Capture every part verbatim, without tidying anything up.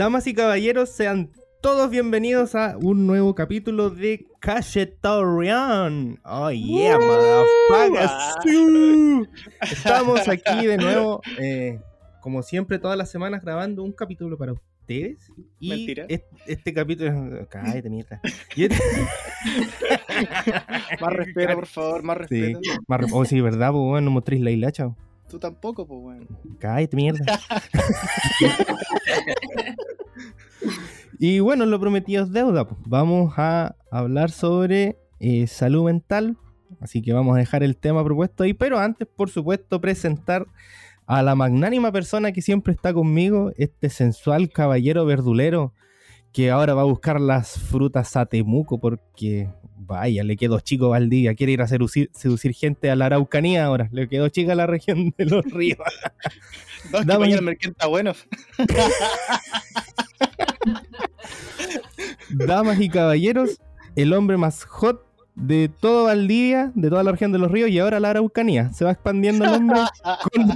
Damas y caballeros, sean todos bienvenidos a un nuevo capítulo de Cachetorian. Oh yeah, motherfuckers. Estamos aquí de nuevo, eh, como siempre, todas las semanas grabando un capítulo para ustedes. Y Mentira. Este, este capítulo... Cállate, mierda. Y este... Más respeto, por favor, más respeto. Sí, más re... oh, sí, ¿verdad? Pues bueno, no mostréis la hilacha. Tú tampoco, pues bueno. Cállate, mierda. Y bueno, lo prometido es deuda. Pues. Vamos a hablar sobre eh, salud mental. Así que vamos a dejar el tema propuesto ahí. Pero antes, por supuesto, presentar a la magnánima persona que siempre está conmigo. Este sensual caballero verdulero que ahora va a buscar las frutas a Temuco porque, vaya, le quedó chico Valdivia. Quiere ir a seducir, seducir gente a la Araucanía ahora. Le quedó chica la región de los ríos. No, es que para allá el mercado está bueno. Damas y caballeros, el hombre más hot de todo Valdivia, de toda la región de los ríos y ahora la Araucanía. Se va expandiendo el nombre con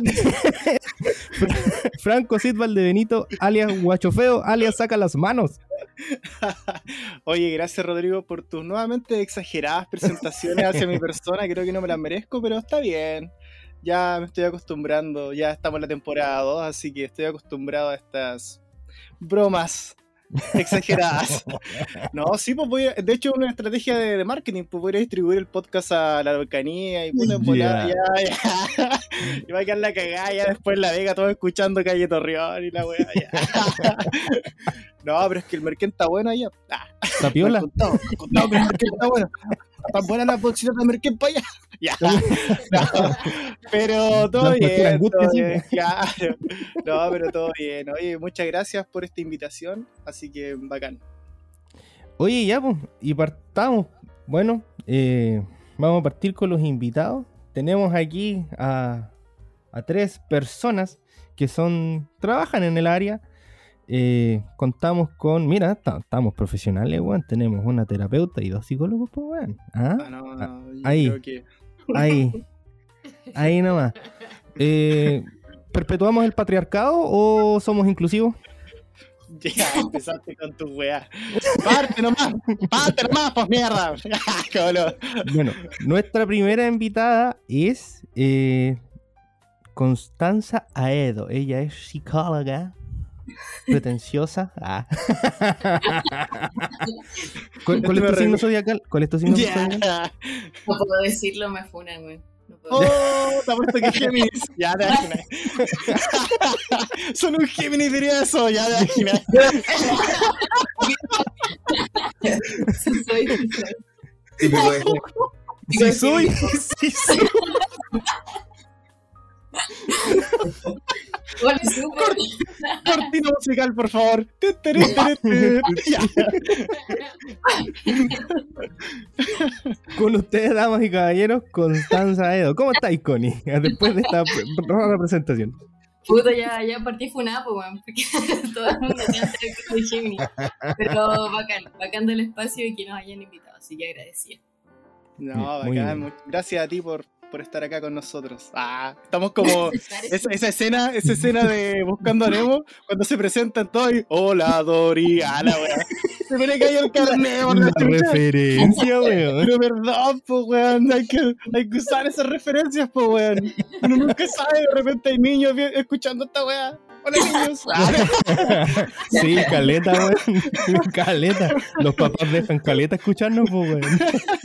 Franco Cid Valdebenito, alias Guachofeo, alias Saca las Manos. Oye, gracias Rodrigo por tus nuevamente exageradas presentaciones hacia mi persona. Creo que no me las merezco, pero está bien. Ya me estoy acostumbrando, ya estamos en la temporada dos, así que estoy acostumbrado a estas bromas exageradas. No, sí, pues voy a, de hecho, una estrategia de, de marketing, pues voy a distribuir el podcast a la Araucanía y puta embolada, yeah. ya, ya. Y va a quedar la cagada, ya después la Vega, todos escuchando Calle Torreón y la weá, ya. No, pero es que el merquén está bueno allá. Ah, ¿Está piola? Me contado, me contado que el merquén está bueno. Tan buena la bolsita de merquén para allá. Ya. No, pero todo no, bien, todo sí. bien, claro. No, pero todo bien. Oye, muchas gracias por esta invitación. Así que bacán. Oye, ya, pues, y partamos. Bueno, eh, vamos a partir con los invitados. Tenemos aquí a, a tres personas que son trabajan en el área. Eh, contamos con, mira, estamos profesionales, weón. Tenemos una terapeuta y dos psicólogos, pues, weón. ¿Ah? Ah, no, no, yo ahí, creo que... ahí, ahí nomás. Eh, ¿Perpetuamos el patriarcado o somos inclusivos? Ya empezaste con tu weá. Parte nomás, parte nomás, pues mierda. Bueno, nuestra primera invitada es eh, Constanza Aedo. Ella es psicóloga. Pretenciosa. Ah. ¿Cuál, ¿Cuál es tu signo zodiacal? ¿Cuál es tu signo yeah. zodiacal? No puedo decirlo, me funan, güey. No puedo. Oh, te apuesto que es Géminis. Ya te imaginas. Son un Géminis, diría eso. Ya te imaginas. Sí soy, sí soy. Sí soy, sí soy. Bueno, súper. Cortina musical, por favor. Con ustedes, damas y caballeros, Constanza Edo. ¿Cómo estáis, Connie? Después de esta rara presentación. Puta, ya, ya partí funapo, weón, porque todo el mundo tiene que ser de Gemini. Pero bacán, bacán del espacio y que nos hayan invitado, así que agradecida. No, Muy bacán. bien. Gracias a ti por, por estar acá con nosotros. Ah, estamos como esa, esa escena, esa escena de Buscando a Nemo, cuando se presentan todos y hola Dory, a la weá. Se me le cayó el carnet por la La referencia, weón. Pero perdón, pues weón, hay que, hay que usar esas referencias, pues weón. Uno nunca sabe, de repente hay niños vi- escuchando esta weá. Hola niños. Sí, caleta, weón. Caleta. Los papás dejan caleta escucharnos, pues, weón.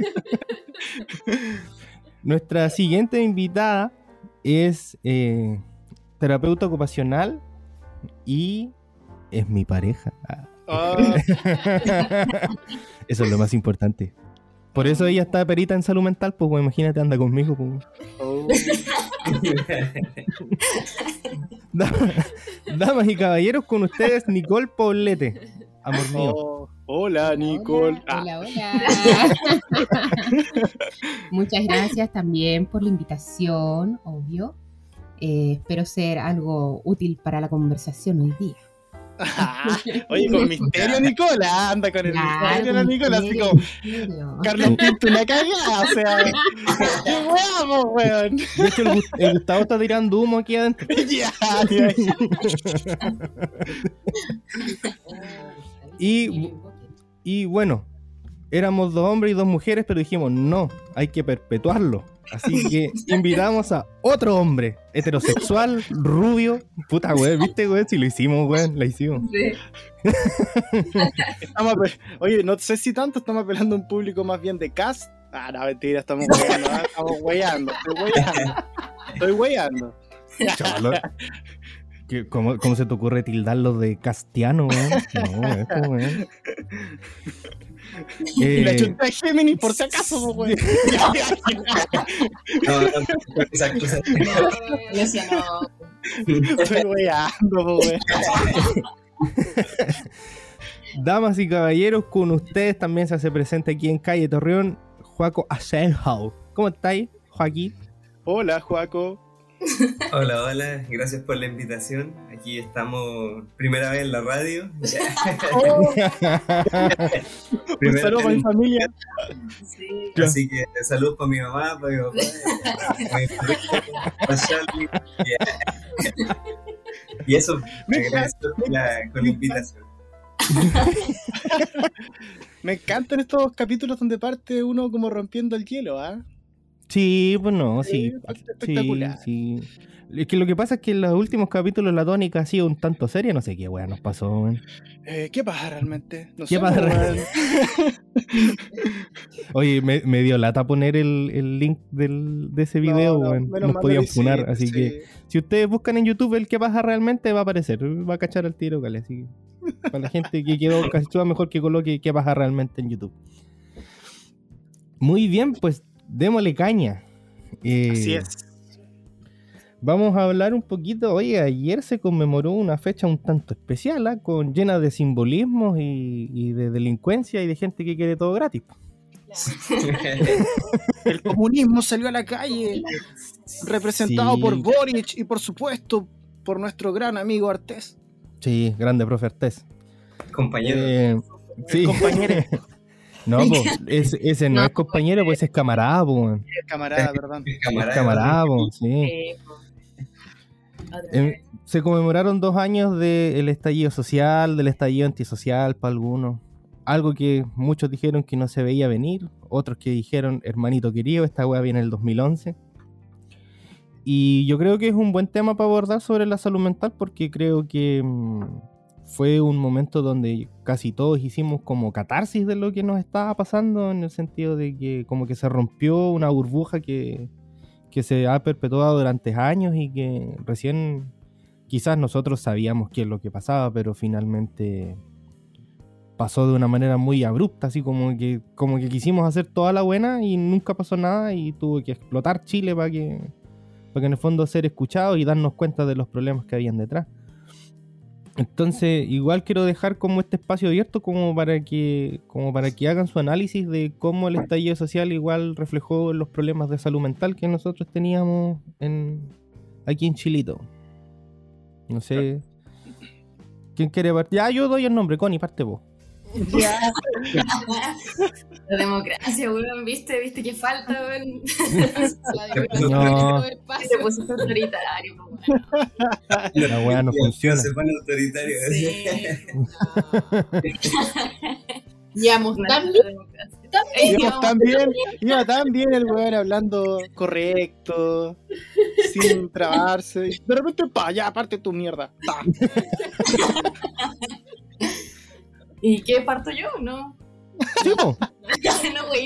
Nuestra siguiente invitada es eh, terapeuta ocupacional y es mi pareja. Ah. Oh, Eso es lo más importante. Por eso ella está perita en salud mental, pues, weón, imagínate, anda conmigo, pues. oh. Damas y caballeros, con ustedes Nicole Poblete. Amor mío. Oh, hola Nicole. Hola, hola, hola. Muchas gracias también por la invitación, obvio. Eh, espero ser algo útil para la conversación hoy día. Ah, oye, con misterio Nicola, anda con el Claro, misterio la con Nicola, así misterio, como misterio. Carlos Pinto una cagada, o sea, qué huevo, weón. De hecho, el, Gus- el Gustavo está tirando humo aquí adentro. Ya, ya. Y, y bueno, éramos dos hombres y dos mujeres, pero dijimos, no, hay que perpetuarlo. Así que invitamos a otro hombre, heterosexual, rubio. Puta, güey, ¿viste, güey? Si lo hicimos, güey, lo hicimos. Sí. Estamos ape- Oye, no sé si tanto estamos apelando a un público más bien de cast. Ah, no, mentira, estamos weyando, ¿eh? Estamos weyando, estoy weyando. Estoy weyando. Cholo. ¿Qué- ¿Cómo, ¿Cómo se te ocurre tildarlo de castiano, güey? No, esto, güey. Y la Eh, chunta de Géminis, por si acaso, pues, güey. No, no, esas cosas. Eso no. Estoy weyando, pues, güey. Damas y caballeros, con ustedes también se hace presente aquí en Calle Torreón, Joaco Asenhau. ¿Cómo estáis, Joaquín? Hola, Joaco. Hola, hola, gracias por la invitación. Aquí estamos, primera vez en la radio. Oh, un Primera saludo vez para mi en- familia. Sí. Así que saludos para mi mamá, para mi papá, para mi familia, para Charlie. Y eso, Me agradezco con la, con la invitación. Me encantan estos capítulos donde parte uno como rompiendo el hielo, ¿ah? Sí, pues no, Sí, sí. bastante Sí, espectacular. sí. Es que lo que pasa es que en los últimos capítulos la tónica ha sido un tanto seria, no sé qué weá nos pasó, weón. Eh, ¿Qué pasa realmente? No ¿Qué sé, pasa pues, realmente? Oye, me, me dio lata poner el, el link del, de ese video, No, no, weón. menos Nos mal podían no lo funar, hiciste, así sí. que si ustedes buscan en YouTube el que pasa realmente va a aparecer, va a cachar al tiro, cale, así que para la gente que quedó cachúa, mejor que coloque qué pasa realmente en YouTube. Muy bien, pues démosle caña. Eh, Así es. Vamos a hablar un poquito. Oye, ayer se conmemoró una fecha un tanto especial, ¿ah? Con llena de simbolismos y, y de delincuencia y de gente que quiere todo gratis. El comunismo salió a la calle, representado Sí. por Boric y por supuesto por nuestro gran amigo Artés. Sí, grande profe Artés. Compañero. Eh, sí. compañero. No, pues, ese, ese no, No, es compañero, pues es camarada, po. Camarada, perdón. el Es camarada. camarada, po, sí. Eh, otra Em, vez. se conmemoraron dos años del estallido social, del estallido antisocial para algunos. Algo que muchos dijeron que no se veía venir, otros que dijeron, hermanito querido, esta weá viene en el dos mil once. Y yo creo que es un buen tema para abordar sobre la salud mental porque creo que mm, fue un momento donde casi todos hicimos como catarsis de lo que nos estaba pasando, en el sentido de que como que se rompió una burbuja que, que se ha perpetuado durante años y que recién quizás nosotros sabíamos qué es lo que pasaba, pero finalmente pasó de una manera muy abrupta, así como que, como que quisimos hacer toda la buena y nunca pasó nada y tuvo que explotar Chile para que, para que en el fondo ser escuchados y darnos cuenta de los problemas que habían detrás. Entonces, igual quiero dejar como este espacio abierto como para que, como para que hagan su análisis de cómo el estallido social igual reflejó los problemas de salud mental que nosotros teníamos en, aquí en Chilito. No sé. ¿Quién quiere partir? Ya, yo doy el nombre, Connie, parte vos. Ya. La democracia, weón, ¿viste? ¿Viste qué falta, weón? No. Se puso autoritario, pues, weón. La weá no funciona. Se pone autoritario. Sí. Llevamos Una tan alta democracia. Iba tan bien, iba tan bien el weón hablando correcto, sin trabarse. Y de repente, pa, ya, aparte tu mierda. Pa. ¿Y qué parto yo? No. Sí, po. No, güey.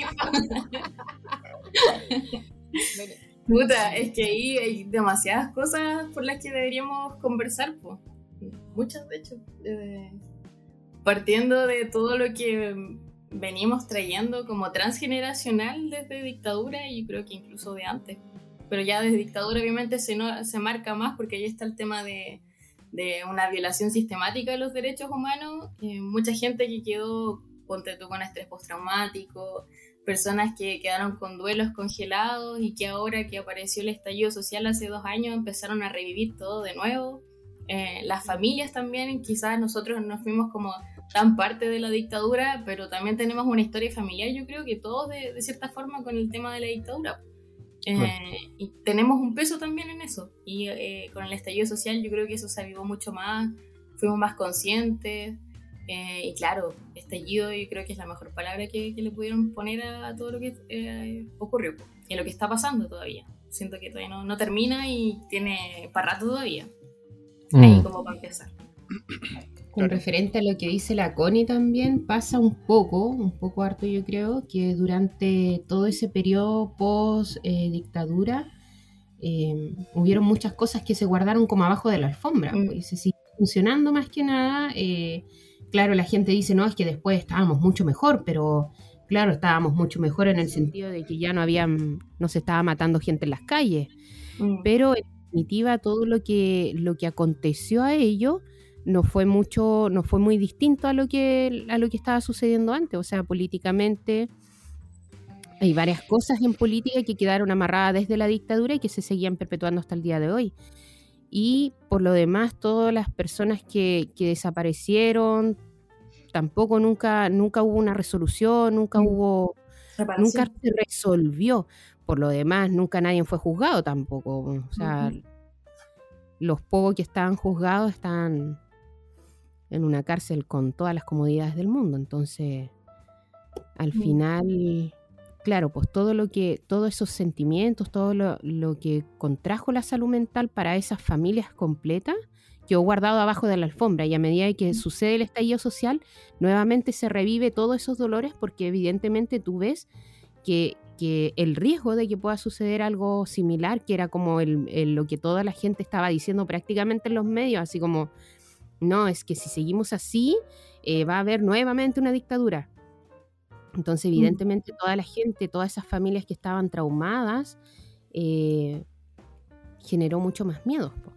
Puta, es que ahí hay demasiadas cosas por las que deberíamos conversar, pues. Muchas, de hecho. Eh, partiendo de todo lo que venimos trayendo como transgeneracional desde dictadura, y yo creo que incluso de antes. Pero ya desde dictadura obviamente se, no, se marca más porque ahí está el tema de, de una violación sistemática de los derechos humanos. Eh, mucha gente que quedó, ponte tú, con estrés postraumático, personas que quedaron con duelos congelados y que ahora que apareció el estallido social hace dos años empezaron a revivir todo de nuevo. Eh, las familias también, quizás nosotros no fuimos como tan parte de la dictadura, pero también tenemos una historia familiar, yo creo que todos de, de cierta forma con el tema de la dictadura. Eh, bueno. Y tenemos un peso también en eso. Y eh, con el estallido social yo creo que eso se avivó mucho más, fuimos más conscientes. Eh, y claro, estallido yo creo que es la mejor palabra que, que le pudieron poner a, a todo lo que eh, ocurrió y a lo que está pasando todavía. Siento que todavía no, no termina y tiene para rato todavía. Mm. Ahí como para empezar. Con referente a lo que dice la Connie también, pasa un poco, un poco harto yo creo, que durante todo ese periodo post-dictadura eh, eh, hubieron muchas cosas que se guardaron como abajo de la alfombra, mm. pues, y se sigue funcionando más que nada. Eh, claro, la gente dice, no, es que después estábamos mucho mejor, pero claro, estábamos mucho mejor en el sentido de que ya no había, no se estaba matando gente en las calles, mm. pero en definitiva todo lo que, lo que aconteció a ello no fue mucho, no fue muy distinto a lo que a lo que estaba sucediendo antes. O sea, políticamente hay varias cosas en política que quedaron amarradas desde la dictadura y que se seguían perpetuando hasta el día de hoy. Y por lo demás, todas las personas que, que desaparecieron, tampoco nunca, nunca hubo una resolución, nunca hubo, nunca se resolvió. Por lo demás, nunca nadie fue juzgado tampoco. O sea, uh-huh. los pocos que estaban juzgados estaban en una cárcel con todas las comodidades del mundo. Entonces, al mm. final, claro, pues todo lo que, todos esos sentimientos, todo lo, lo que contrajo la salud mental para esas familias completas, quedó guardado abajo de la alfombra, y a medida que mm. sucede el estallido social, nuevamente se revive todos esos dolores, porque evidentemente tú ves que, que el riesgo de que pueda suceder algo similar, que era como el, el, lo que toda la gente estaba diciendo prácticamente en los medios, así como, no, es que si seguimos así, eh, va a haber nuevamente una dictadura. Entonces, evidentemente, mm. toda la gente, todas esas familias que estaban traumadas, eh, generó mucho más miedo. Po.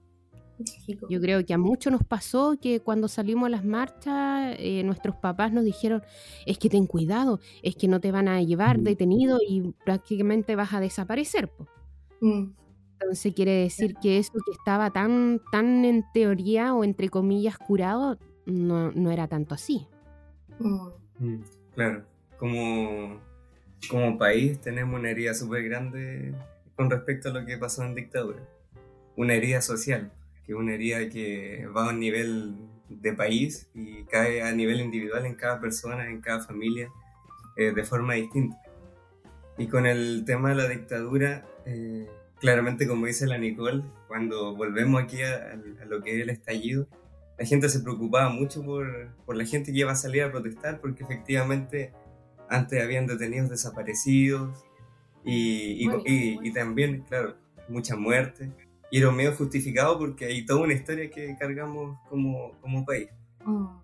Yo creo que a muchos nos pasó que cuando salimos a las marchas, eh, nuestros papás nos dijeron, es que ten cuidado, es que no te van a llevar detenido y prácticamente vas a desaparecer. Po. Mm. Entonces quiere decir que eso que estaba tan, tan en teoría o entre comillas curado, no, no era tanto así. Mm, claro, como, como país tenemos una herida súper grande con respecto a lo que pasó en dictadura. Una herida social, que es una herida que va a un nivel de país y cae a nivel individual en cada persona, en cada familia, eh, de forma distinta. Y con el tema de la dictadura... Eh, Claramente, como dice la Nicole, cuando volvemos aquí a, a lo que es el estallido, la gente se preocupaba mucho por, por la gente que iba a salir a protestar, porque efectivamente antes habían detenidos desaparecidos y, y, y, y también, claro, mucha muerte. Y era un medio justificado porque hay toda una historia que cargamos como, como país. Oh.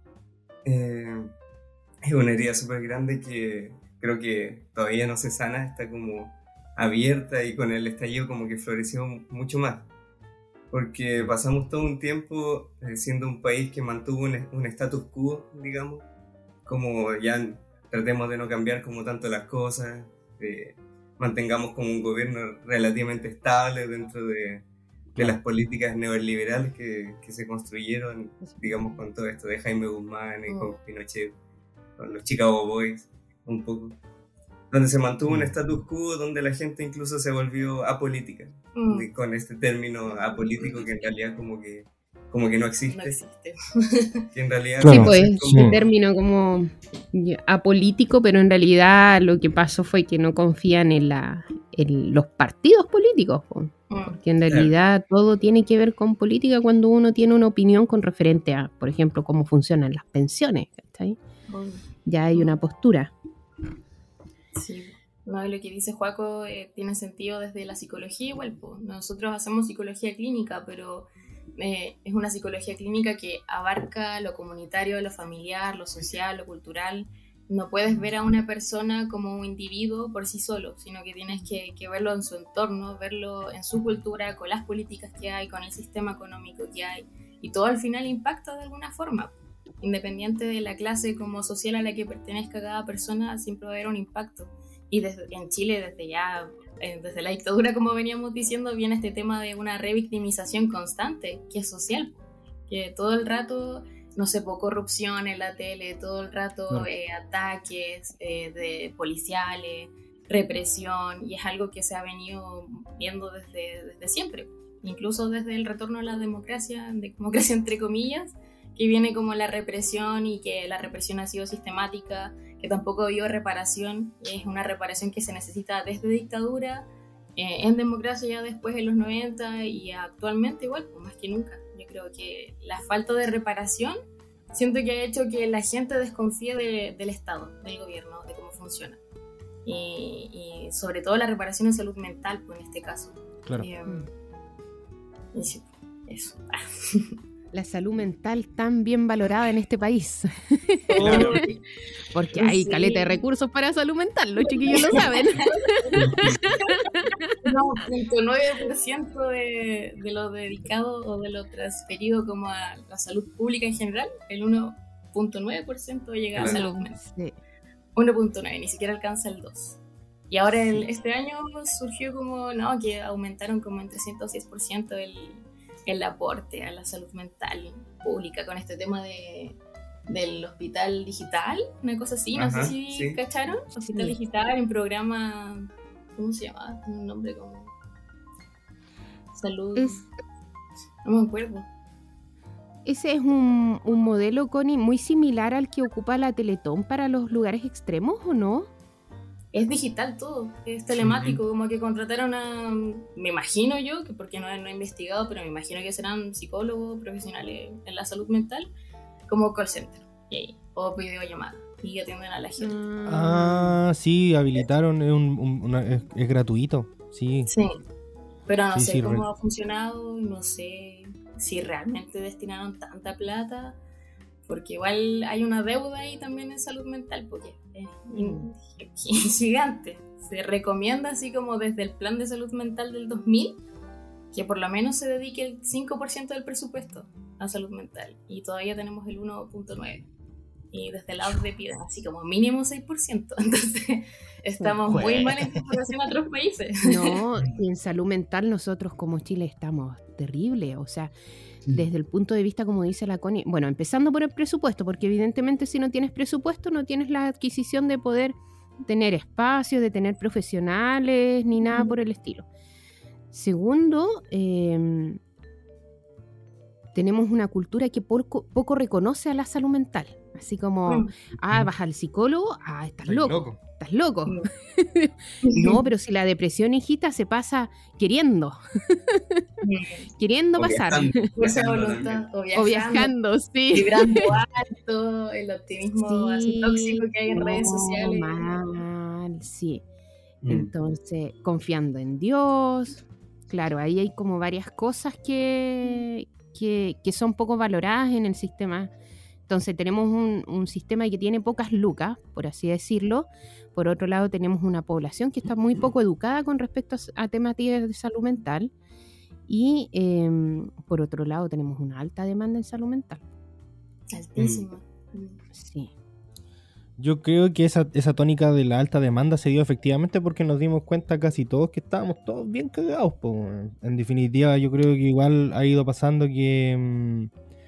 Eh, es una herida súper grande que creo que todavía no se sana, está como... abierta, y con el estallido como que floreció mucho más, porque pasamos todo un tiempo eh, siendo un país que mantuvo un, un status quo, digamos, como ya tratemos de no cambiar como tanto las cosas, eh, mantengamos como un gobierno relativamente estable dentro de, de las políticas neoliberales que, que se construyeron, digamos, con todo esto de Jaime Guzmán y con Pinochet, con los Chicago Boys, un poco. Donde se mantuvo un status quo, donde la gente incluso se volvió apolítica, mm. con este término apolítico que en realidad como que, como que no existe. No existe. Que en realidad sí, pues, como... ese término como apolítico, pero en realidad lo que pasó fue que no confían en, la, en los partidos políticos, pues. mm. porque en realidad claro. todo tiene que ver con política cuando uno tiene una opinión con referente a, por ejemplo, cómo funcionan las pensiones, ¿cachai? Mm. Ya hay una postura. Sí, no, lo que dice Joaco eh, tiene sentido desde la psicología igual, pues. Nosotros hacemos psicología clínica, pero eh, es una psicología clínica que abarca lo comunitario, lo familiar, lo social, lo cultural. No puedes ver a una persona como un individuo por sí solo, sino que tienes que, que verlo en su entorno, verlo en su cultura, con las políticas que hay, con el sistema económico que hay, y todo al final impacta de alguna forma. Independiente de la clase como social a la que pertenezca cada persona, siempre va a haber un impacto. y desde, en Chile desde ya, eh, desde la dictadura, como veníamos diciendo, viene este tema de una revictimización constante, que es social, que todo el rato, no sé, po, corrupción en la tele, todo el rato Claro. eh, ataques eh, de policiales, represión, y es algo que se ha venido viendo desde, desde siempre, incluso desde el retorno a la democracia, de democracia entre comillas, que viene como la represión y que la represión ha sido sistemática, que tampoco ha habido reparación, y es una reparación que se necesita desde dictadura, eh, en democracia ya después en los noventa y actualmente igual, pues más que nunca. Yo creo que la falta de reparación siento que ha hecho que la gente desconfíe de, del Estado, del gobierno, de cómo funciona. Y, y sobre todo la reparación en salud mental, pues en este caso. Claro. Eh, y sí, eso. La salud mental tan bien valorada en este país. Claro. Porque hay Sí. caleta de recursos para salud mental, los chiquillos lo saben. No, punto nueve por ciento de, de lo dedicado o de lo transferido como a la salud pública en general, el uno punto nueve por ciento llega a Claro. salud mental. Sí. uno punto nueve, ni siquiera alcanza el dos. Y ahora el, este año surgió como, no, que aumentaron como en trescientos seis por ciento el, el aporte a la salud mental pública con este tema de, del hospital digital, una cosa así, no Ajá, sé si sí. cacharon, hospital Sí. digital, un programa, ¿cómo se llama? Tiene un nombre como salud, Es- no me acuerdo. Ese es un, un modelo, Connie, muy similar al que ocupa la Teletón para los lugares extremos, ¿o no? Es digital todo, es telemático, como que contrataron a, me imagino yo, que porque no he, no he investigado, pero me imagino que serán psicólogos profesionales en la salud mental, como call center, y ahí, o videollamada, y atienden a la gente. Ah, sí, habilitaron, es, un- un- una- es, es gratuito, sí. Sí, pero no Sí, sé sí, cómo re- ha funcionado, no sé si realmente destinaron tanta plata, porque igual hay una deuda ahí también en salud mental, porque es in- gigante. Se recomienda así como desde el plan de salud mental del dos mil que por lo menos se dedique el cinco por ciento del presupuesto a salud mental, y todavía tenemos el uno punto nueve. Y desde la O C D E piden así como mínimo seis por ciento, entonces estamos muy Jue- mal en comparación a otros países. No, y en salud mental nosotros como Chile estamos terribles, o sea, desde el punto de vista, como dice la Connie, bueno, empezando por el presupuesto, porque evidentemente si no tienes presupuesto no tienes la adquisición de poder tener espacios, de tener profesionales, ni nada por el estilo. Segundo, eh, tenemos una cultura que poco, poco reconoce a la salud mental, así como, Mm. ah, vas al psicólogo, ah, estás Estoy loco, loco. estás loco. Mm. No, pero si la depresión, hijita, se pasa queriendo, queriendo O pasar. viajando, Fuerza de viajando voluntad, también. o O viajando, viajando, sí. vibrando alto, el optimismo así Sí, tóxico que hay en redes no, sociales. mal, sí. Mm. Entonces, confiando en Dios. Claro, ahí hay como varias cosas que, que, que son poco valoradas en el sistema. Entonces tenemos un, un sistema que tiene pocas lucas, por así decirlo. Por otro lado, tenemos una población que está muy poco educada con respecto a, a temáticas de salud mental. Y eh, por otro lado, tenemos una alta demanda en salud mental. Altísimo. Mm. Sí. Yo creo que esa, esa tónica de la alta demanda se dio efectivamente porque nos dimos cuenta casi todos que estábamos todos bien cagados, po, weón. En definitiva, yo creo que igual ha ido pasando que mm,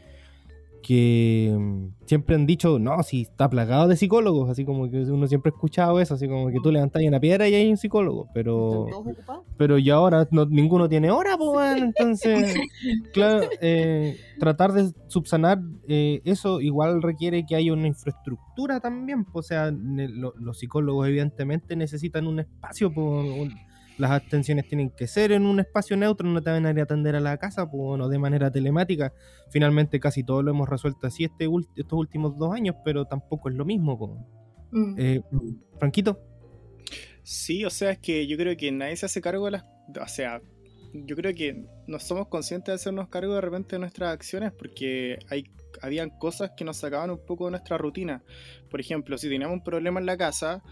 que mm, siempre han dicho, no, si está plagado de psicólogos, así como que uno siempre ha escuchado eso, así como que tú levantas una piedra y hay un psicólogo, pero pero ya ahora no, ninguno tiene hora, po, weón. Entonces, claro, eh, tratar de subsanar eh, eso igual requiere que haya una infraestructura también, po. O sea, ne- lo- los psicólogos evidentemente necesitan un espacio, po, un- las atenciones tienen que ser en un espacio neutro, no te van a ir a atender a la casa, po, no de manera telemática. Finalmente casi todo lo hemos resuelto así este ult- estos últimos dos años, pero tampoco es lo mismo, po. Mm. Eh, Franquito. Sí, o sea, es que yo creo que nadie se hace cargo de las... O sea, yo creo que no somos conscientes de hacernos cargo de repente de nuestras acciones porque hay habían cosas que nos sacaban un poco de nuestra rutina. Por ejemplo, si teníamos un problema en la casa,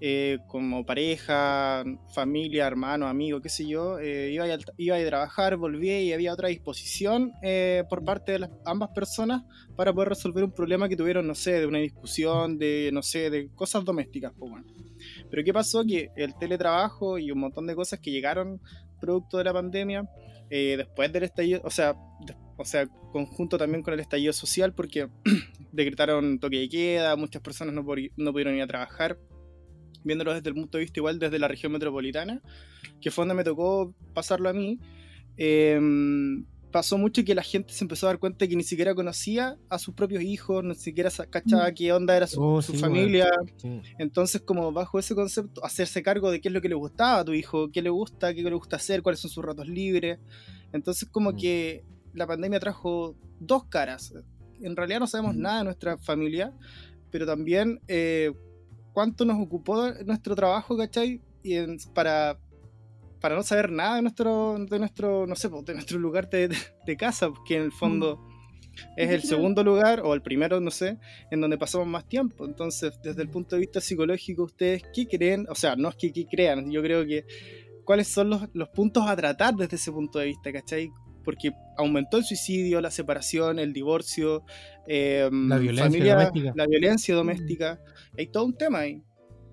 eh, como pareja, familia, hermano, amigo, qué sé yo, eh, iba, a, iba a trabajar, volvía y había otra disposición eh, por parte de las, ambas personas para poder resolver un problema que tuvieron, no sé, de una discusión, de, no sé, de cosas domésticas, pues bueno. Pero ¿qué pasó? Que el teletrabajo y un montón de cosas que llegaron producto de la pandemia, eh, después del estallido, o sea, de, o sea, conjunto también con el estallido social, porque decretaron toque de queda, muchas personas no, no pudieron ir a trabajar, viéndolo desde el punto de vista igual desde la región metropolitana, que fue donde me tocó pasarlo a mí. Eh, pasó mucho que la gente se empezó a dar cuenta que ni siquiera conocía a sus propios hijos, ni siquiera cachaba qué onda era su, Oh, su sí, familia. Bueno. Sí. Entonces, como bajo ese concepto, hacerse cargo de qué es lo que le gustaba a tu hijo, qué le gusta, qué le gusta hacer, cuáles son sus ratos libres. Entonces, como Mm. que la pandemia trajo dos caras. En realidad no sabemos nada de nuestra familia, pero también eh, cuánto nos ocupó nuestro trabajo, ¿cachai? Y en, para, para no saber nada de nuestro, de nuestro, no sé, de nuestro lugar de, de, de casa, que en el fondo es el segundo lugar, o el primero, no sé, en donde pasamos más tiempo. Entonces, desde el punto de vista psicológico, ¿ustedes qué creen? O sea, no es que, que crean, yo creo que cuáles son los, los puntos a tratar desde ese punto de vista, ¿cachai? Porque aumentó el suicidio, la separación, el divorcio, eh, La violencia familia, doméstica. la violencia doméstica. Hay todo un tema ahí.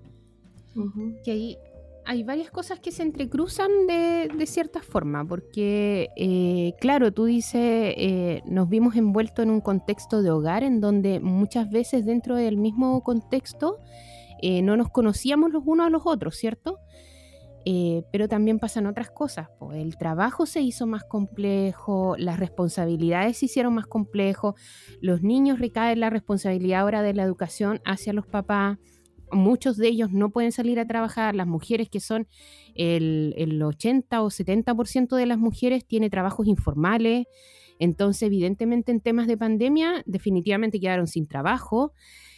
Uh-huh. Que hay, hay varias cosas que se entrecruzan de, de cierta forma, porque, eh, claro, tú dices, eh, nos vimos envueltos en un contexto de hogar en donde muchas veces dentro del mismo contexto eh, no nos conocíamos los unos a los otros, ¿cierto? Eh, pero también pasan otras cosas, pues el trabajo se hizo más complejo, las responsabilidades se hicieron más complejo, los niños recaen la responsabilidad ahora de la educación hacia los papás, muchos de ellos no pueden salir a trabajar, las mujeres que son el, el ochenta o setenta por ciento de las mujeres tiene trabajos informales, entonces evidentemente en temas de pandemia definitivamente quedaron sin trabajo,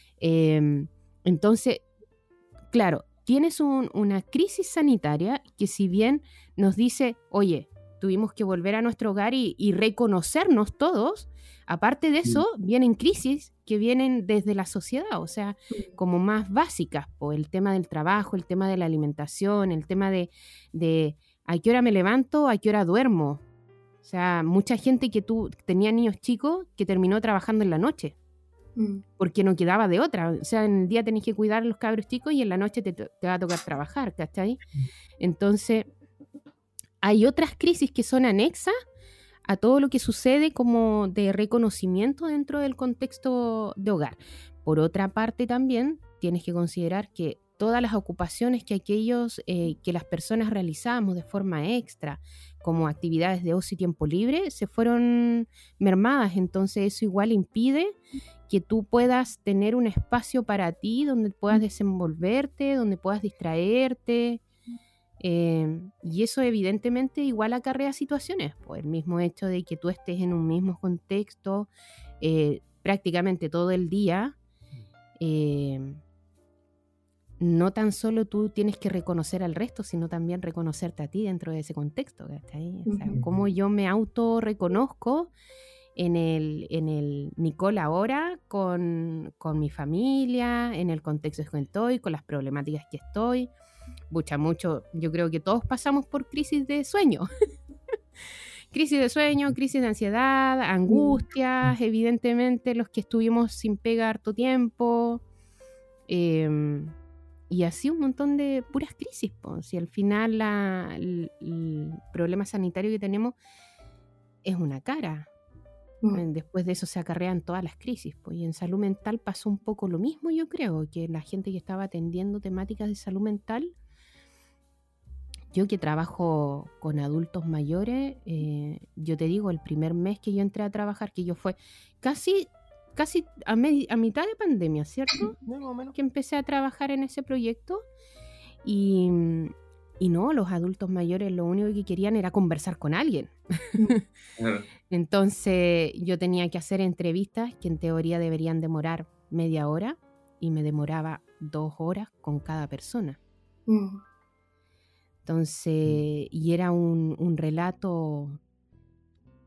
eh, entonces, claro, tienes un, una crisis sanitaria que si bien nos dice, oye, tuvimos que volver a nuestro hogar y, y reconocernos todos, aparte de eso, vienen crisis que vienen desde la sociedad, o sea, como más básicas, pues, el tema del trabajo, el tema de la alimentación, el tema de, de a qué hora me levanto, a qué hora duermo. O sea, mucha gente que tú tenía niños chicos que terminó trabajando en la noche. Porque no quedaba de otra, o sea, en el día tenés que cuidar a los cabros chicos y en la noche te, te va a tocar trabajar, ¿cachai? Entonces, hay otras crisis que son anexas a todo lo que sucede como de reconocimiento dentro del contexto de hogar. Por otra parte también tienes que considerar que todas las ocupaciones que aquellos, eh, que las personas realizamos de forma extra, como actividades de ocio y tiempo libre, se fueron mermadas, entonces eso igual impide que tú puedas tener un espacio para ti donde puedas desenvolverte, donde puedas distraerte, eh, y eso evidentemente igual acarrea situaciones, pues el mismo hecho de que tú estés en un mismo contexto eh, prácticamente todo el día, eh, no tan solo tú tienes que reconocer al resto, sino también reconocerte a ti dentro de ese contexto, ¿cachai? O sea, uh-huh. Cómo yo me autorreconozco en el, en el Nicole ahora, con, con mi familia, en el contexto en que estoy, con las problemáticas que estoy. Mucha, mucho, yo creo que todos pasamos por crisis de sueño. Crisis de sueño, crisis de ansiedad, angustias, evidentemente los que estuvimos sin pega harto tiempo, eh, y así un montón de puras crisis, pues. Y al final la, el, el problema sanitario que tenemos es una cara. Mm. Después de eso se acarrean todas las crisis, pues. Y en salud mental pasó un poco lo mismo, yo creo, que la gente que estaba atendiendo temáticas de salud mental, yo que trabajo con adultos mayores, eh, yo te digo, el primer mes que yo entré a trabajar, que yo fue casi... casi a, med- a mitad de pandemia, ¿cierto? Que empecé a trabajar en ese proyecto y, y no, los adultos mayores lo único que querían era conversar con alguien. Claro. Entonces yo tenía que hacer entrevistas que en teoría deberían demorar media hora y me demoraba dos horas con cada persona. Mm. Entonces, y era un, un relato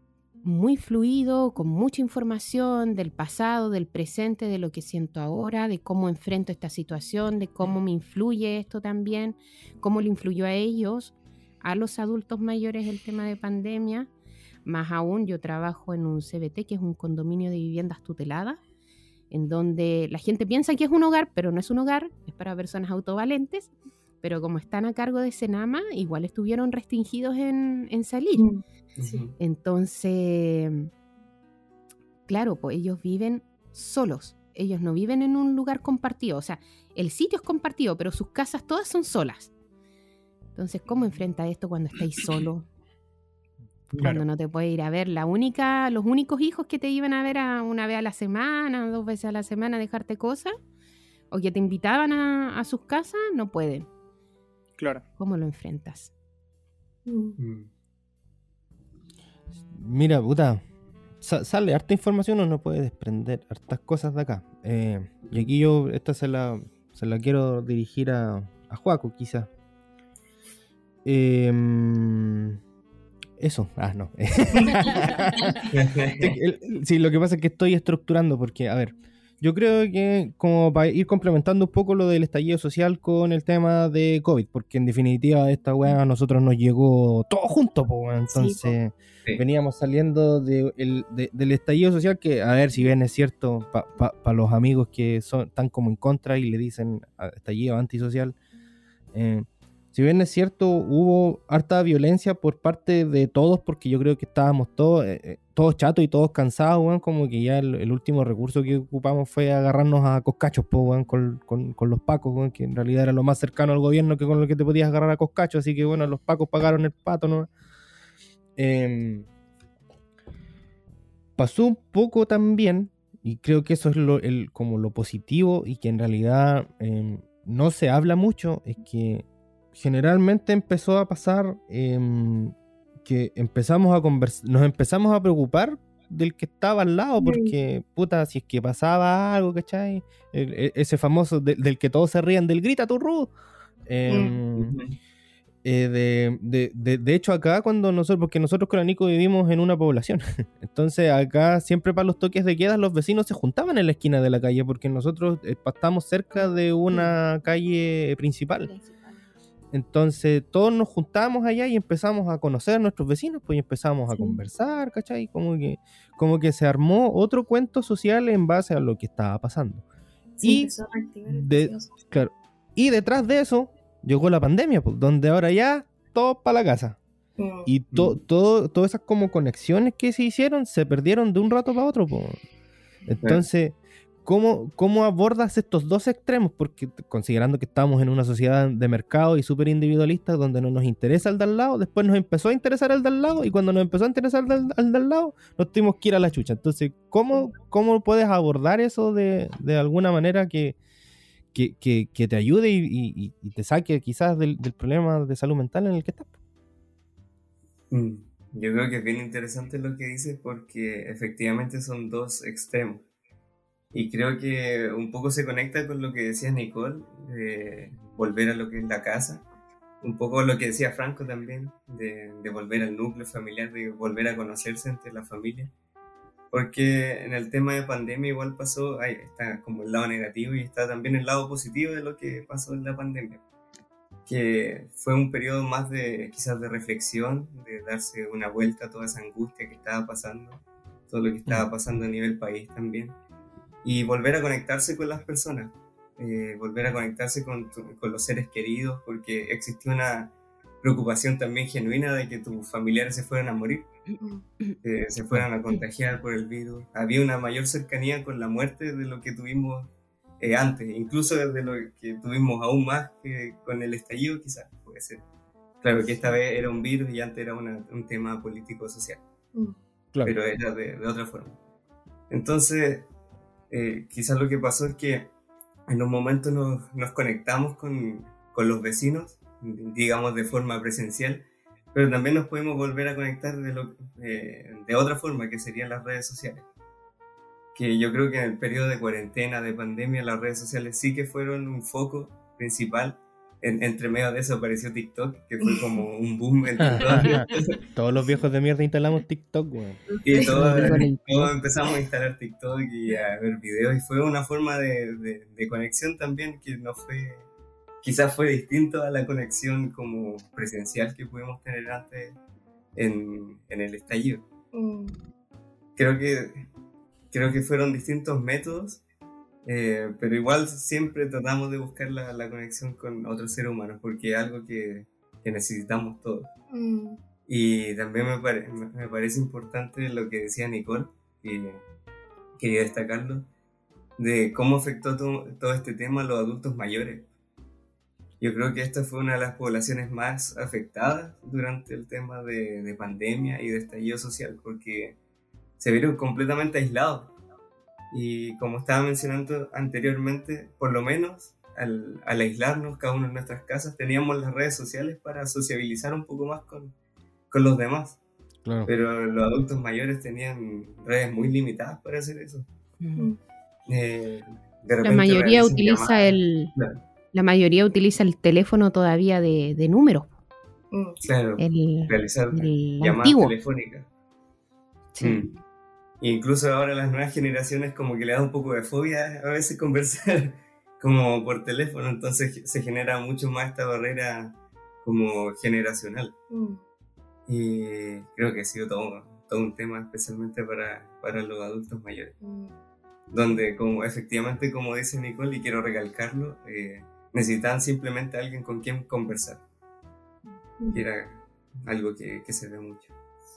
muy fluido, con mucha información del pasado, del presente, de lo que siento ahora, de cómo enfrento esta situación, de cómo me influye esto también, cómo le influyó a ellos, a los adultos mayores el tema de pandemia. Más aún, yo trabajo en un C B T, que es un condominio de viviendas tuteladas, en donde la gente piensa que es un hogar, pero no es un hogar, es para personas autovalentes, pero como están a cargo de Senama, igual estuvieron restringidos en, en salir. Mm, sí. Entonces, claro, pues ellos viven solos, ellos no viven en un lugar compartido, o sea, el sitio es compartido, pero sus casas todas son solas. Entonces, ¿cómo enfrenta esto cuando estáis solo? Cuando Claro. no te puedes ir a ver, la única, los únicos hijos que te iban a ver a una vez a la semana, dos veces a la semana a dejarte cosas, o que te invitaban a, a sus casas, no pueden. Claro. ¿Cómo lo enfrentas? Mm. Mm. Mira, puta, sa- sale harta información, uno puede desprender hartas cosas de acá. Eh, y aquí yo, esta se la, se la quiero dirigir a, a Joaco, quizás. Eh, eso, ah, no. El- el- Sí, lo que pasa es que estoy estructurando porque, a ver, yo creo que como para ir complementando un poco lo del estallido social con el tema de COVID, porque en definitiva esta weá a nosotros nos llegó todo junto, po, weón. Entonces Sí. veníamos saliendo de el- de- del estallido social que, a ver, si bien es cierto, para pa, pa los amigos que son tan como en contra y le dicen a- estallido antisocial, eh, si bien es cierto, hubo harta violencia por parte de todos, porque yo creo que estábamos todos, eh, eh, todos chatos y todos cansados, weón, como que ya el, el último recurso que ocupamos fue agarrarnos a coscachos, po, weón, con, con, con los pacos, weón, que en realidad era lo más cercano al gobierno que con lo que te podías agarrar a coscachos, así que bueno, los pacos pagaron el pato, ¿no? Eh, pasó un poco también, y creo que eso es lo, el, como lo positivo y que en realidad eh, no se habla mucho, es que generalmente empezó a pasar eh, que empezamos a convers- nos empezamos a preocupar del que estaba al lado, porque puta, si es que pasaba algo, ¿cachai? El- e- ese famoso de- del que todos se rían, del grita tu Ruth. Eh, Ujú. eh, de, de, de, de hecho acá cuando nosotros, porque nosotros con la Nico vivimos en una población, entonces acá siempre para los toques de queda los vecinos se juntaban en la esquina de la calle porque nosotros eh, estamos cerca de una calle principal. Entonces todos nos juntábamos allá y empezamos a conocer a nuestros vecinos, pues y empezamos a Sí. conversar, ¿cachai? Como que, como que se armó otro cuento social en base a lo que estaba pasando. Se Y empezó a reactivar el de- tejido social. Claro. Y detrás de eso llegó la pandemia, pues, donde ahora ya todos para la casa. Mm. Y to- Mm. todo, todas esas como conexiones que se hicieron se perdieron de un rato para otro, po. Entonces, ¿cómo, ¿cómo abordas estos dos extremos? Porque t- considerando que estamos en una sociedad de mercado y súper individualista donde no nos interesa el de al lado, después nos empezó a interesar el de al lado y cuando nos empezó a interesar el del- el de al lado, nos tuvimos que ir a la chucha. Entonces, ¿cómo, cómo puedes abordar eso de, de alguna manera que, que, que, que te ayude y, y- y te saque quizás del, del problema de salud mental en el que estás? Mm. Yo creo que es bien interesante lo que dices porque efectivamente son dos extremos. Y creo que un poco se conecta con lo que decía Nicole, de volver a lo que es la casa. Un poco lo que decía Franco también, de, de volver al núcleo familiar, de volver a conocerse entre la familia. Porque en el tema de pandemia igual pasó, ahí está como el lado negativo y está también el lado positivo de lo que pasó en la pandemia. Que fue un periodo más de quizás de reflexión, de darse una vuelta a toda esa angustia que estaba pasando, todo lo que estaba pasando a nivel país también, y volver a conectarse con las personas, eh, volver a conectarse con, tu- con los seres queridos, porque existió una preocupación también genuina de que tus familiares se fueran a morir, eh, se fueran a contagiar por el virus. Había una mayor cercanía con la muerte de lo que tuvimos eh, antes, incluso desde lo que tuvimos aún más que con el estallido, quizás, puede ser. Claro que esta vez era un virus y antes era una, un tema político-social, Mm. Claro. pero era de, de otra forma. Entonces, eh, quizás lo que pasó es que en un momento nos, nos conectamos con, con los vecinos, digamos de forma presencial, pero también nos podemos volver a conectar de, lo, eh, de otra forma, que serían las redes sociales. Que yo creo que en el periodo de cuarentena, de pandemia, las redes sociales sí que fueron un foco principal en, entre medio de eso apareció TikTok, que fue como un boom entre todos. Todos los viejos de mierda instalamos TikTok, weón. Y todos, todos empezamos a instalar TikTok y a ver videos, y fue una forma de, de, de conexión también que no fue, quizás fue distinto a la conexión como presencial que pudimos tener antes en, en el estallido. Mm. Creo que, creo que fueron distintos métodos. Eh, pero igual siempre tratamos de buscar la, la conexión con otros seres humanos, porque es algo que, que necesitamos todos. Mm. Y también me, pare, me parece importante lo que decía Nicole, y quería destacarlo, de cómo afectó to, todo este tema a los adultos mayores. Yo creo que esta fue una de las poblaciones más afectadas durante el tema de, de pandemia y de estallido social, porque se vieron completamente aislados. Y como estaba mencionando anteriormente, por lo menos al, al aislarnos cada uno en nuestras casas, teníamos las redes sociales para sociabilizar un poco más con, con los demás. Claro. Pero los adultos mayores tenían redes muy limitadas para hacer eso. Mm. Eh, de repente la mayoría utiliza el claro. la mayoría utiliza el teléfono todavía de, de números. Claro, el, realizar el llamadas antiguo. telefónicas. Sí. Mm. Incluso ahora las nuevas generaciones como que le da un poco de fobia a veces conversar como por teléfono, entonces se genera mucho más esta barrera como generacional. Mm. Y creo que ha sido todo, todo un tema especialmente para, para los adultos mayores. Mm. Donde como efectivamente, como dice Nicole, y quiero recalcarlo, eh, necesitaban simplemente alguien con quien conversar. Mm. Y era algo que, que se ve mucho.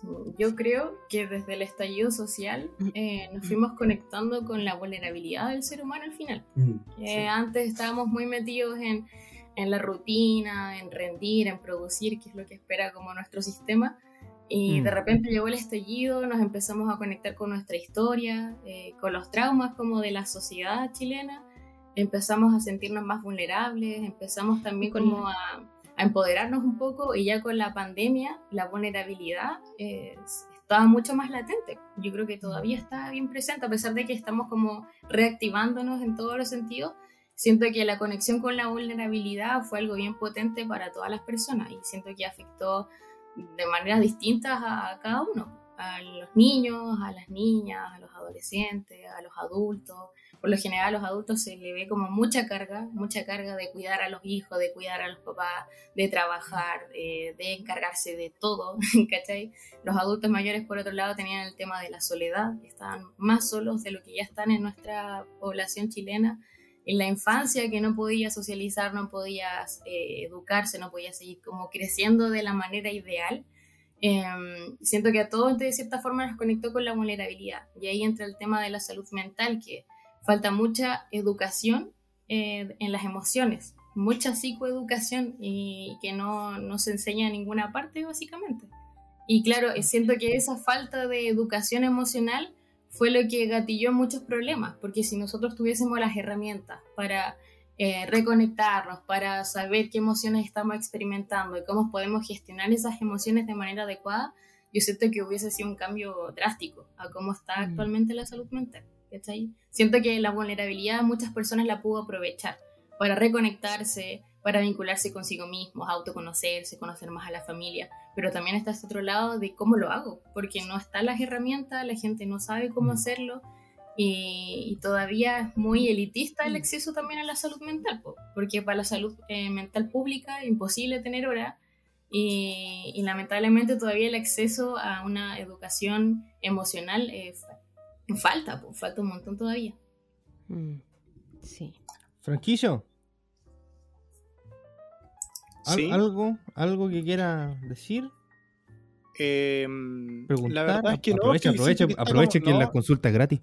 Yo creo que desde el estallido social eh, nos fuimos conectando con la vulnerabilidad del ser humano al final. Mm, sí. eh, antes estábamos muy metidos en, en la rutina, en rendir, en producir, que es lo que espera como nuestro sistema, y mm. de repente llegó el estallido, nos empezamos a conectar con nuestra historia, eh, con los traumas como de la sociedad chilena, empezamos a sentirnos más vulnerables, empezamos también como a... a empoderarnos un poco, y ya con la pandemia la vulnerabilidad eh, estaba mucho más latente. Yo creo que todavía está bien presente, a pesar de que estamos como reactivándonos en todos los sentidos. Siento que la conexión con la vulnerabilidad fue algo bien potente para todas las personas, y siento que afectó de maneras distintas a, a cada uno, a los niños, a las niñas, a los adolescentes, a los adultos. Por lo general a los adultos se le ve como mucha carga, mucha carga de cuidar a los hijos, de cuidar a los papás, de trabajar, eh, de encargarse de todo, ¿cachai? Los adultos mayores, por otro lado, tenían el tema de la soledad, estaban más solos de lo que ya están en nuestra población chilena. En la infancia, que no podía socializar, no podía eh, educarse, no podía seguir como creciendo de la manera ideal. Eh, siento que a todos de cierta forma nos conectó con la vulnerabilidad, y ahí entra el tema de la salud mental, que falta mucha educación eh, en las emociones, mucha psicoeducación, y que no, no se enseña en ninguna parte básicamente. Y claro, siento que esa falta de educación emocional fue lo que gatilló muchos problemas, porque si nosotros tuviésemos las herramientas para eh, reconectarnos, para saber qué emociones estamos experimentando y cómo podemos gestionar esas emociones de manera adecuada, yo siento que hubiese sido un cambio drástico a cómo está actualmente la salud mental. ¿Cachai? Siento que la vulnerabilidad muchas personas la pudo aprovechar para reconectarse, para vincularse consigo mismos, autoconocerse, conocer más a la familia, pero también está este otro lado de cómo lo hago, porque no están las herramientas, la gente no sabe cómo hacerlo, y, y todavía es muy elitista el acceso también a la salud mental, porque para la salud eh, mental pública es imposible tener hora, y, y lamentablemente todavía el acceso a una educación emocional es eh, Falta, pues, falta un montón todavía. Mm, sí. Franquillo. ¿Al- ¿Sí? ¿Algo, algo que quiera decir? Eh, Preguntar. la verdad es que no. aprovecha, que aprovecha, siento que está aprovecha como- que no, la consulta es gratis.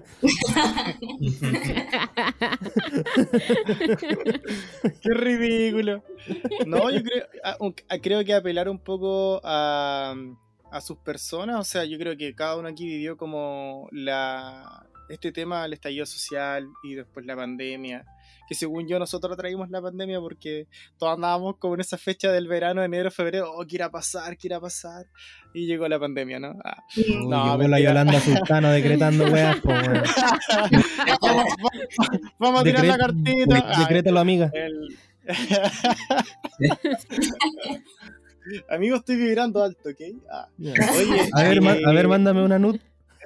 Qué ridículo. No, yo creo, a- un- a- creo que apelar un poco a, a sus personas, o sea, yo creo que cada uno aquí vivió como la este tema del estallido social y después la pandemia, que según yo nosotros traímos la pandemia porque todos andábamos como en esa fecha del verano, enero, febrero, oh, que irá a pasar, que irá a pasar, y llegó la pandemia, ¿no? Ah. Uy, No, llegó la mentira. Yolanda Sultano decretando weas, po, weón. vamos, vamos- vamos a tirar Decre- la cartita. de- Decrétalo, amiga. El, Amigo, estoy vibrando alto, ¿ok? Ah. Ya. Oye, A ver, eh, ma- a ver, mándame una nud.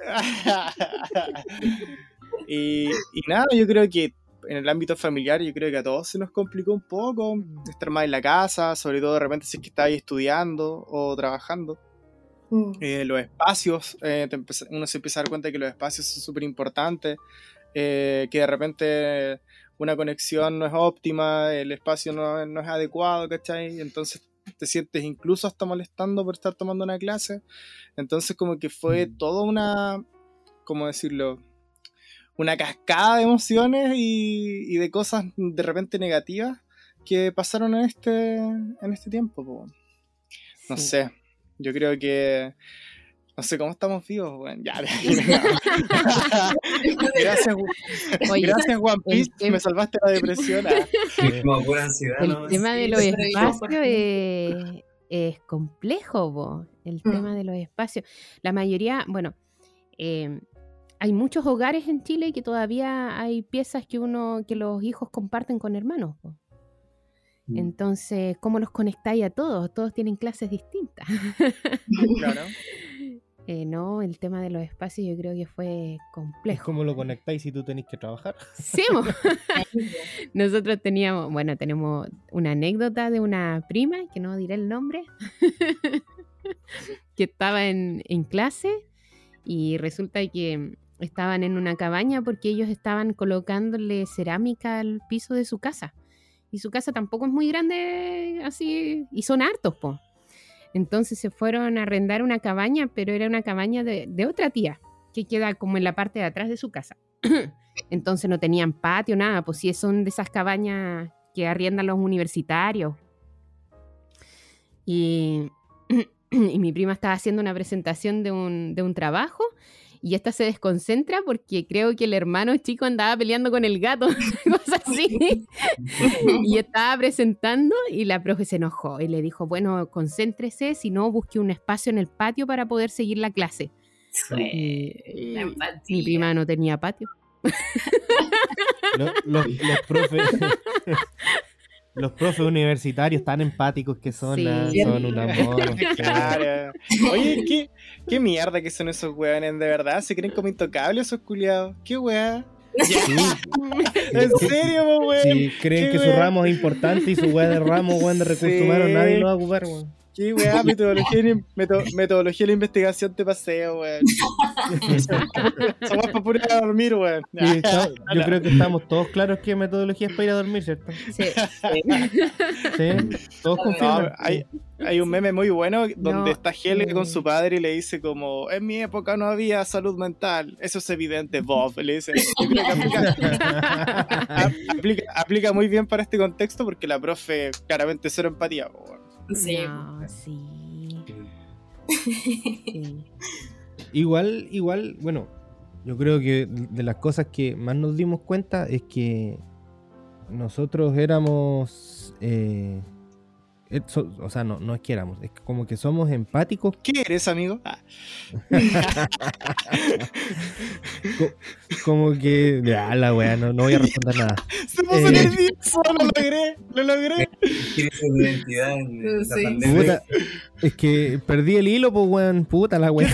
y, y nada, yo creo que en el ámbito familiar, yo creo que a todos se nos complicó un poco estar más en la casa, sobre todo de repente si es que estáis estudiando o trabajando. Mm. Eh, los espacios, eh, te empe- uno se empieza a dar cuenta que los espacios son súper importantes, eh, que de repente una conexión no es óptima, el espacio no, no es adecuado, ¿cachai? Entonces te sientes incluso hasta molestando por estar tomando una clase. Entonces como que fue toda una, ¿cómo decirlo? Una cascada de emociones y, y de cosas de repente negativas que pasaron en este, en este tiempo, po. No Sí. sé, yo creo que no sé cómo estamos vivos, weón. Ya, gracias, Oye, gracias One el Piece, tem- me salvaste la depresión. Ah. Como pura ansiedad, El ¿no? tema de Sí, los sobrevivimos por espacios fin. es, es complejo, po, el Mm. tema de los espacios. La mayoría, bueno, eh, hay muchos hogares en Chile que todavía hay piezas que uno, que los hijos comparten con hermanos, po. Entonces, ¿cómo los conectáis a todos? Todos tienen clases distintas. Claro. Eh, no, el tema de los espacios yo creo que fue Es complejo. como lo conectáis si tú tenés que trabajar. Sí, mo. Nosotros teníamos, bueno, tenemos una anécdota de una prima, que no diré el nombre, que estaba en, en clase y resulta que estaban en una cabaña porque ellos estaban colocándole cerámica al piso de su casa. Y su casa tampoco es muy grande así, y son hartos, po. Entonces se fueron a arrendar una cabaña, pero era una cabaña de, de otra tía, que queda como en la parte de atrás de su casa. Entonces no tenían patio, nada, pues sí, son de esas cabañas que arriendan los universitarios. Y, y mi prima estaba haciendo una presentación de un, de un trabajo y esta se desconcentra porque creo que el hermano chico andaba peleando con el gato, cosas así. Y estaba presentando y la profe se enojó y le dijo, bueno, concéntrese, si no, busque un espacio en el patio para poder seguir la clase. Y, y La empatía. mi prima no tenía patio. Los, los, los profes los profes universitarios tan empáticos que son, Sí. ah, son un amor. Claro. Oye, ¿qué, qué mierda que son esos weones, de verdad. ¿Se creen como intocables esos culiados? ¿Qué weá? Sí, ¿En serio, po, weón? sí, creen ¿Qué que su weá? ramo es importante y su weá de ramo, weón, de recursos Sí. humanos, nadie lo va a ocupar, weón. ¿Qué weá? Metodología, de- meto- metodología de la investigación te paseo, weón. Somos para pura dormir, weón. Sí, está- yo creo que estamos todos claros que metodología es para ir a dormir, ¿cierto? Sí. Sí, todos No, confirman. hay, hay un meme muy bueno donde No, está Helge eh. con su padre y le dice como, en mi época no había salud mental. Eso es evidente, Bob. Le dice. Yo creo que aplica, a- aplica, aplica muy bien para este contexto porque la profe claramente cero empatía. po, weón. Sí. No, sí. Sí. Igual, igual, bueno, yo creo que de las cosas que más nos dimos cuenta es que nosotros éramos, eh, eh, so- o sea, no, no es que éramos, es que como que somos empáticos, ¿Qué eres, amigo? Ah, co- como que, ya la wea, no, no voy a responder nada. se puso Eh. nervioso, lo logré, lo logré. Crisis de identidad en la Sí. pandemia. Puta, es que perdí el hilo, pues weón, puta la wea.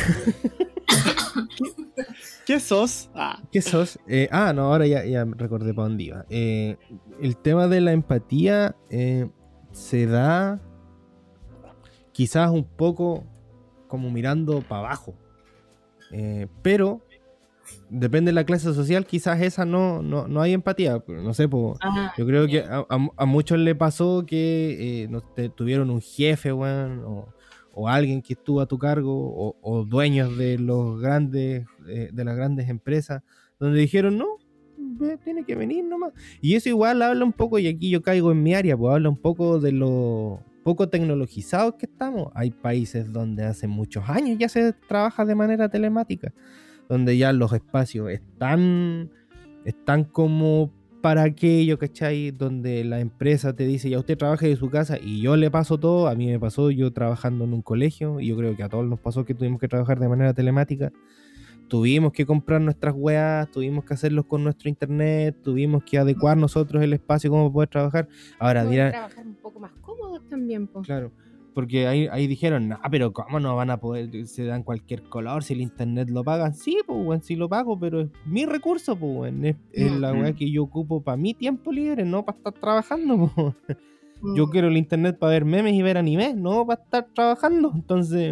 ¿Qué sos? Ah, ¿Qué sos? Eh, ah, no, ahora ya, ya recordé para dónde iba. Eh, el tema de la empatía eh, se da quizás un poco como mirando para abajo. Eh, pero depende de la clase social, quizás esa no, no, no hay empatía. No sé, po, Ah, yo creo que a, a- a muchos le pasó que eh, no te- tuvieron un jefe, weón, o, o alguien que estuvo a tu cargo, o, o dueños de los grandes, eh, de las grandes empresas, donde dijeron, no, ve, tiene que venir nomás. Y eso igual habla un poco, y aquí yo caigo en mi área, pues habla un poco de lo poco tecnologizados que estamos. Hay países donde hace muchos años ya se trabaja de manera telemática, donde ya los espacios están, están como para aquello, ¿cachai? Donde la empresa te dice, ya usted trabaje de su casa y yo le paso todo. A mí me pasó yo trabajando en un colegio y yo creo que a todos nos pasó que tuvimos que trabajar de manera telemática, tuvimos que comprar nuestras weas, tuvimos que hacerlos con nuestro internet, tuvimos que adecuar nosotros el espacio como poder trabajar. Ahora Poder dirán, trabajar un poco más cómodos también, pues. claro, porque ahí, ahí dijeron, no, pero ¿cómo no van a poder, se dan cualquier color si el internet lo pagan? Sí, pues, weón, sí lo pago, pero es mi recurso, pues, weón, es, es la wea que yo ocupo para mi tiempo libre, no para estar trabajando, pues. Yo quiero el internet para ver memes y ver anime, no para estar trabajando. Entonces,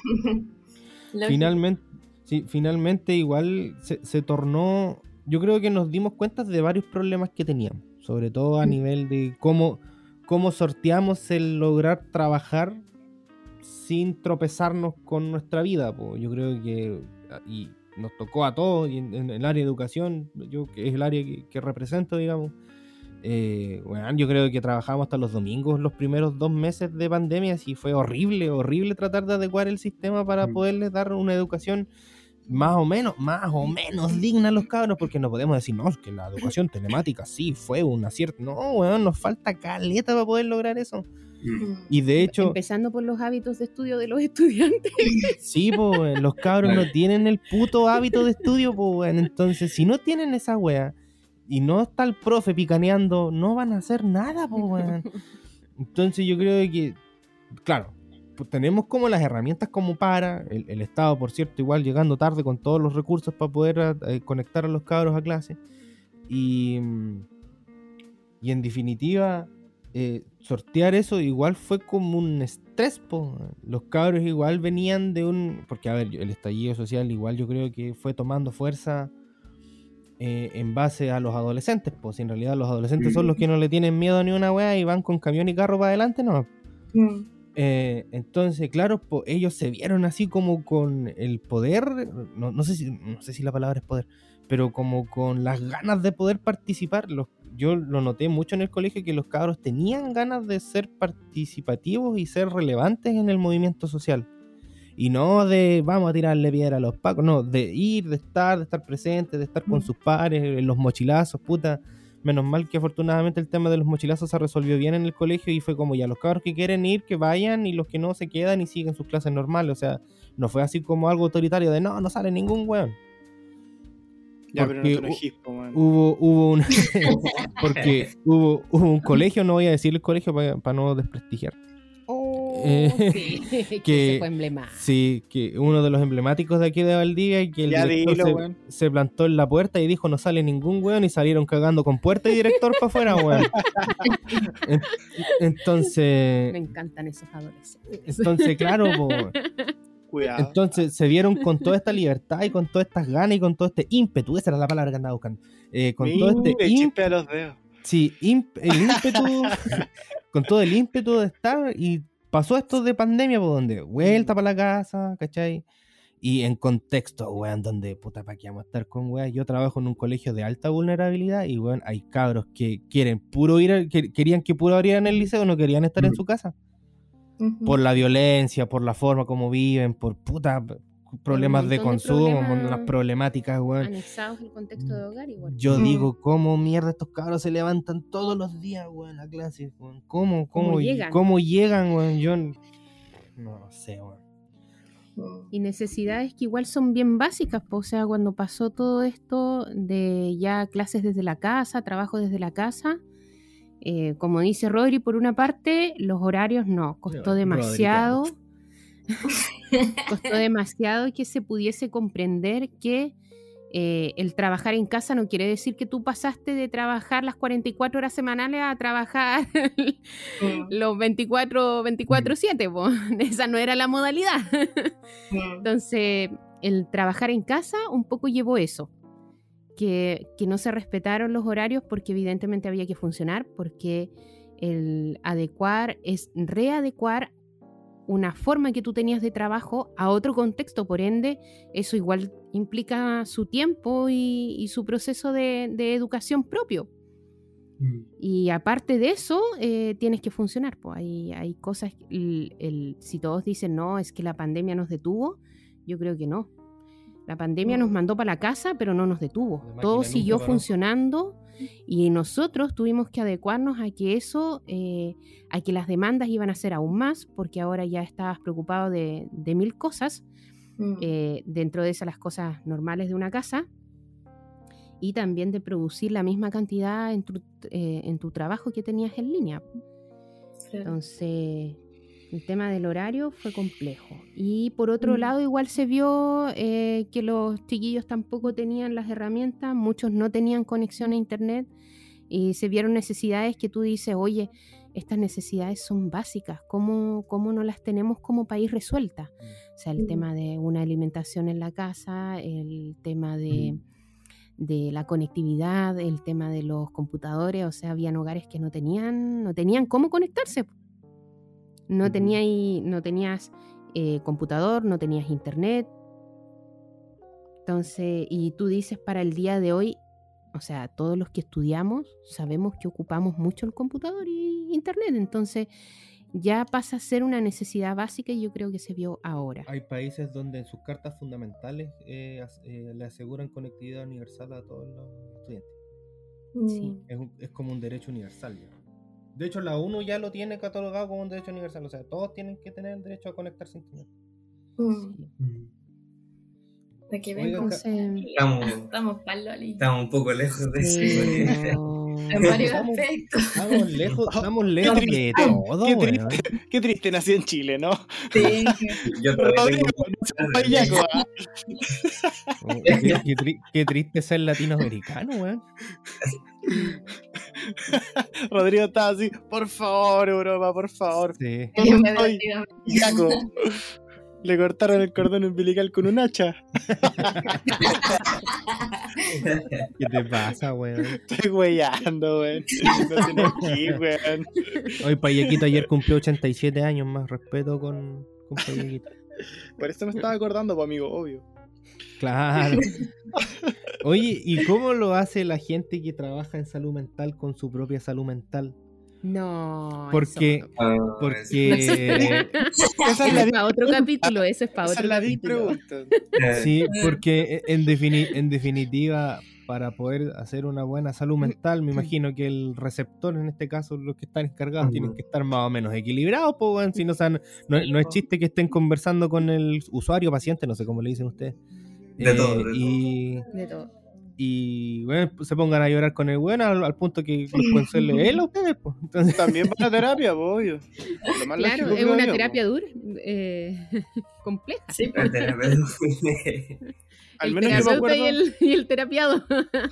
finalmente, sí, finalmente igual se, se tornó, yo creo que nos dimos cuenta de varios problemas que teníamos, sobre todo a nivel de cómo, cómo sorteamos el lograr trabajar sin tropezarnos con nuestra vida, pues. Yo creo que y nos tocó a todos, y en, en el área de educación, yo que es el área que, que represento, digamos. Eh, bueno, yo creo que trabajamos hasta los domingos los primeros dos meses de pandemia, y fue horrible, horrible tratar de adecuar el sistema para poderles dar una educación más o menos, más o menos digna a los cabros, porque no podemos decir, no, es que la educación telemática sí fue un acierto. No, weón, nos falta caleta para poder lograr eso. Y de hecho, empezando por los hábitos de estudio de los estudiantes. Sí, pues, los cabros no tienen el puto hábito de estudio, pues, entonces si no tienen esa wea y no está el profe picaneando, no van a hacer nada, pues, weón. Entonces yo creo que, claro, pues tenemos como las herramientas como para, el, el Estado, por cierto, igual llegando tarde con todos los recursos para poder eh, conectar a los cabros a clase. Y, y en definitiva, eh, sortear eso igual fue como un estrés, po. Los cabros igual venían de un... Porque, a ver, el estallido social igual yo creo que fue tomando fuerza Eh, en base a los adolescentes, pues en realidad los adolescentes son los que no le tienen miedo ni una wea y van con camión y carro para adelante, ¿no? Mm. Eh, entonces, claro, pues ellos se vieron así como con el poder, no, no sé si, no sé si la palabra es poder, pero como con las ganas de poder participar. Los, yo lo noté mucho en el colegio que los cabros tenían ganas de ser participativos y ser relevantes en el movimiento social. Y no de vamos a tirarle piedra a los pacos, no, de ir, de estar, de estar presente, de estar con sus pares, en los mochilazos, puta. Menos mal que afortunadamente el tema de los mochilazos se resolvió bien en el colegio y fue como ya, los cabros que quieren ir, que vayan, y los que no se quedan y siguen sus clases normales. O sea, no fue así como algo autoritario de no, no sale ningún weón. Ya, pero no te lo egispo, man. Hubo, hubo un porque hubo, hubo un colegio, no voy a decir el colegio para pa no desprestigiar. Oh, eh, sí, que, que fue emblemático. Sí, que uno de los emblemáticos de aquí de Valdivia, y que el ya director dilo, se, se plantó en la puerta y dijo no sale ningún weón, y salieron cagando con puerta y director para afuera, weón. Entonces... Me encantan esos adolescentes. Entonces, claro, po, cuidado. Entonces se vieron con toda esta libertad y con todas estas ganas y con todo este ímpetu, esa era la palabra que andaba buscando, eh, con Mira, todo este ímpetu, a los dedos. Sí, imp, el ímpetu, con todo el ímpetu de estar, y pasó esto de pandemia, por donde vuelta para la casa, ¿cachai? Y en contexto, weón, donde puta pa' qué vamos a estar con weón. Yo trabajo en un colegio de alta vulnerabilidad y weón, hay cabros que quieren puro ir, a, que querían que puro abrieran el liceo, no querían estar en su casa. Uh-huh. Por la violencia, por la forma como viven, por puta problemas de consumo, de problemas las problemáticas, weón. Anexados el contexto de hogar igual. Yo mm. digo, ¿cómo mierda estos cabros se levantan todos los días, weón, a clase, weón? ¿Cómo, cómo, ¿Cómo llegan? ¿Cómo llegan, weón? Yo no sé, weón. Y necesidades que igual son bien básicas, o sea, cuando pasó todo esto de ya clases desde la casa, trabajo desde la casa, eh, como dice Rodri, por una parte, los horarios no, costó no, demasiado. Rodri, costó demasiado que se pudiese comprender que eh, el trabajar en casa no quiere decir que tú pasaste de trabajar las cuarenta y cuatro horas semanales a trabajar mm. los veinticuatro siete, mm. esa no era la modalidad. mm. Entonces el trabajar en casa un poco llevó eso, que, que no se respetaron los horarios porque evidentemente había que funcionar, porque el adecuar es readecuar una forma que tú tenías de trabajo a otro contexto, por ende eso igual implica su tiempo y, y su proceso de, de educación propio. Mm. Y aparte de eso eh, tienes que funcionar, pues hay, hay cosas, el, el, si todos dicen no, es que la pandemia nos detuvo, yo creo que no. La pandemia mm. nos mandó para la casa, pero no nos detuvo, todo siguió funcionando. Y nosotros tuvimos que adecuarnos a que eso, eh, a que las demandas iban a ser aún más, porque ahora ya estabas preocupado de, de mil cosas, mm. eh, dentro de esas las cosas normales de una casa, y también de producir la misma cantidad en tu, eh, en tu trabajo que tenías en línea. Claro. Entonces, el tema del horario fue complejo. Y por otro mm. lado, igual se vio eh, que los chiquillos tampoco tenían las herramientas, muchos no tenían conexión a internet, y se vieron necesidades que tú dices, oye, estas necesidades son básicas, ¿cómo, cómo no las tenemos como país resueltas? O sea, el mm. tema de una alimentación en la casa, el tema de... Mm. de la conectividad, el tema de los computadores, o sea, habían hogares que no tenían, no tenían cómo conectarse. No, tenía, no tenías eh, computador, no tenías internet. Entonces, y tú dices para el día de hoy, o sea, todos los que estudiamos sabemos que ocupamos mucho el computador y internet, entonces ya pasa a ser una necesidad básica y yo creo que se vio ahora. Hay países donde en sus cartas fundamentales eh, eh, le aseguran conectividad universal a todos los estudiantes. Sí. Es, un, es como un derecho universal ya. De hecho, la ONU ya lo tiene catalogado como un derecho universal, o sea, todos tienen que tener el derecho a conectarse a internet. Mm. Sí. Para que vean cómo se... Estamos, estamos palo ali. Estamos un poco lejos de eso. No. En varios estamos, aspectos. Estamos lejos, estamos lejos qué de todo. Qué triste, qué triste nací en Chile, ¿no? Sí. Yo todavía tengo... oh, qué, qué, tri- qué triste ser latinoamericano, weón. Rodrigo estaba así, por favor, Europa, por favor. Sí. Soy Jaco. Le cortaron el cordón umbilical con un hacha. ¿Qué te pasa, weón? Estoy weyando, weón. No tiene aquí, weón. Hoy Payequito ayer cumplió ochenta y siete años, más respeto con, con Payequito. Por eso me estaba acordando, pues, amigo, obvio. Claro. Oye, ¿y cómo lo hace la gente que trabaja en salud mental con su propia salud mental? No, porque eso no. porque Esa es la... para otro capítulo, eso es para Esa otro es la capítulo. Sí, porque en, defini- en definitiva, para poder hacer una buena salud mental, me imagino que el receptor, en este caso los que están encargados, uh-huh. tienen que estar más o menos equilibrados, pues, bueno, si no, o sea, no, no, no es chiste que estén conversando con el usuario, paciente, no sé cómo le dicen ustedes. De eh, todo, de y, todo. De todo. Y bueno, pues, se pongan a llorar con el bueno al, al punto que les pueden hacerle él a ustedes, pues. Entonces... También van a terapia, pues, obvio. Claro, es una terapia yo, dura, eh, compleja. Sí, pues. Al el menos yo me acuerdo... y, el, y el terapiado.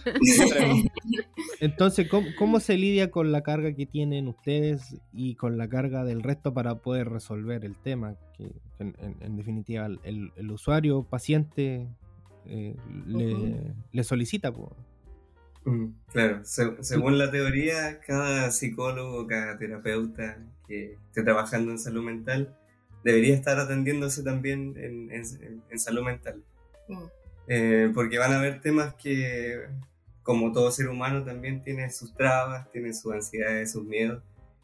Entonces, ¿cómo, ¿cómo se lidia con la carga que tienen ustedes y con la carga del resto para poder resolver el tema? Que en, en, en definitiva el, el usuario, paciente... Eh, le, uh-huh. le solicita pues. mm, claro, Se, según la teoría, cada psicólogo, cada terapeuta que esté trabajando en salud mental debería estar atendiéndose también en, en, en salud mental, uh-huh. eh, porque van a haber temas que, como todo ser humano, también tiene sus trabas, tiene sus ansiedades, sus miedos,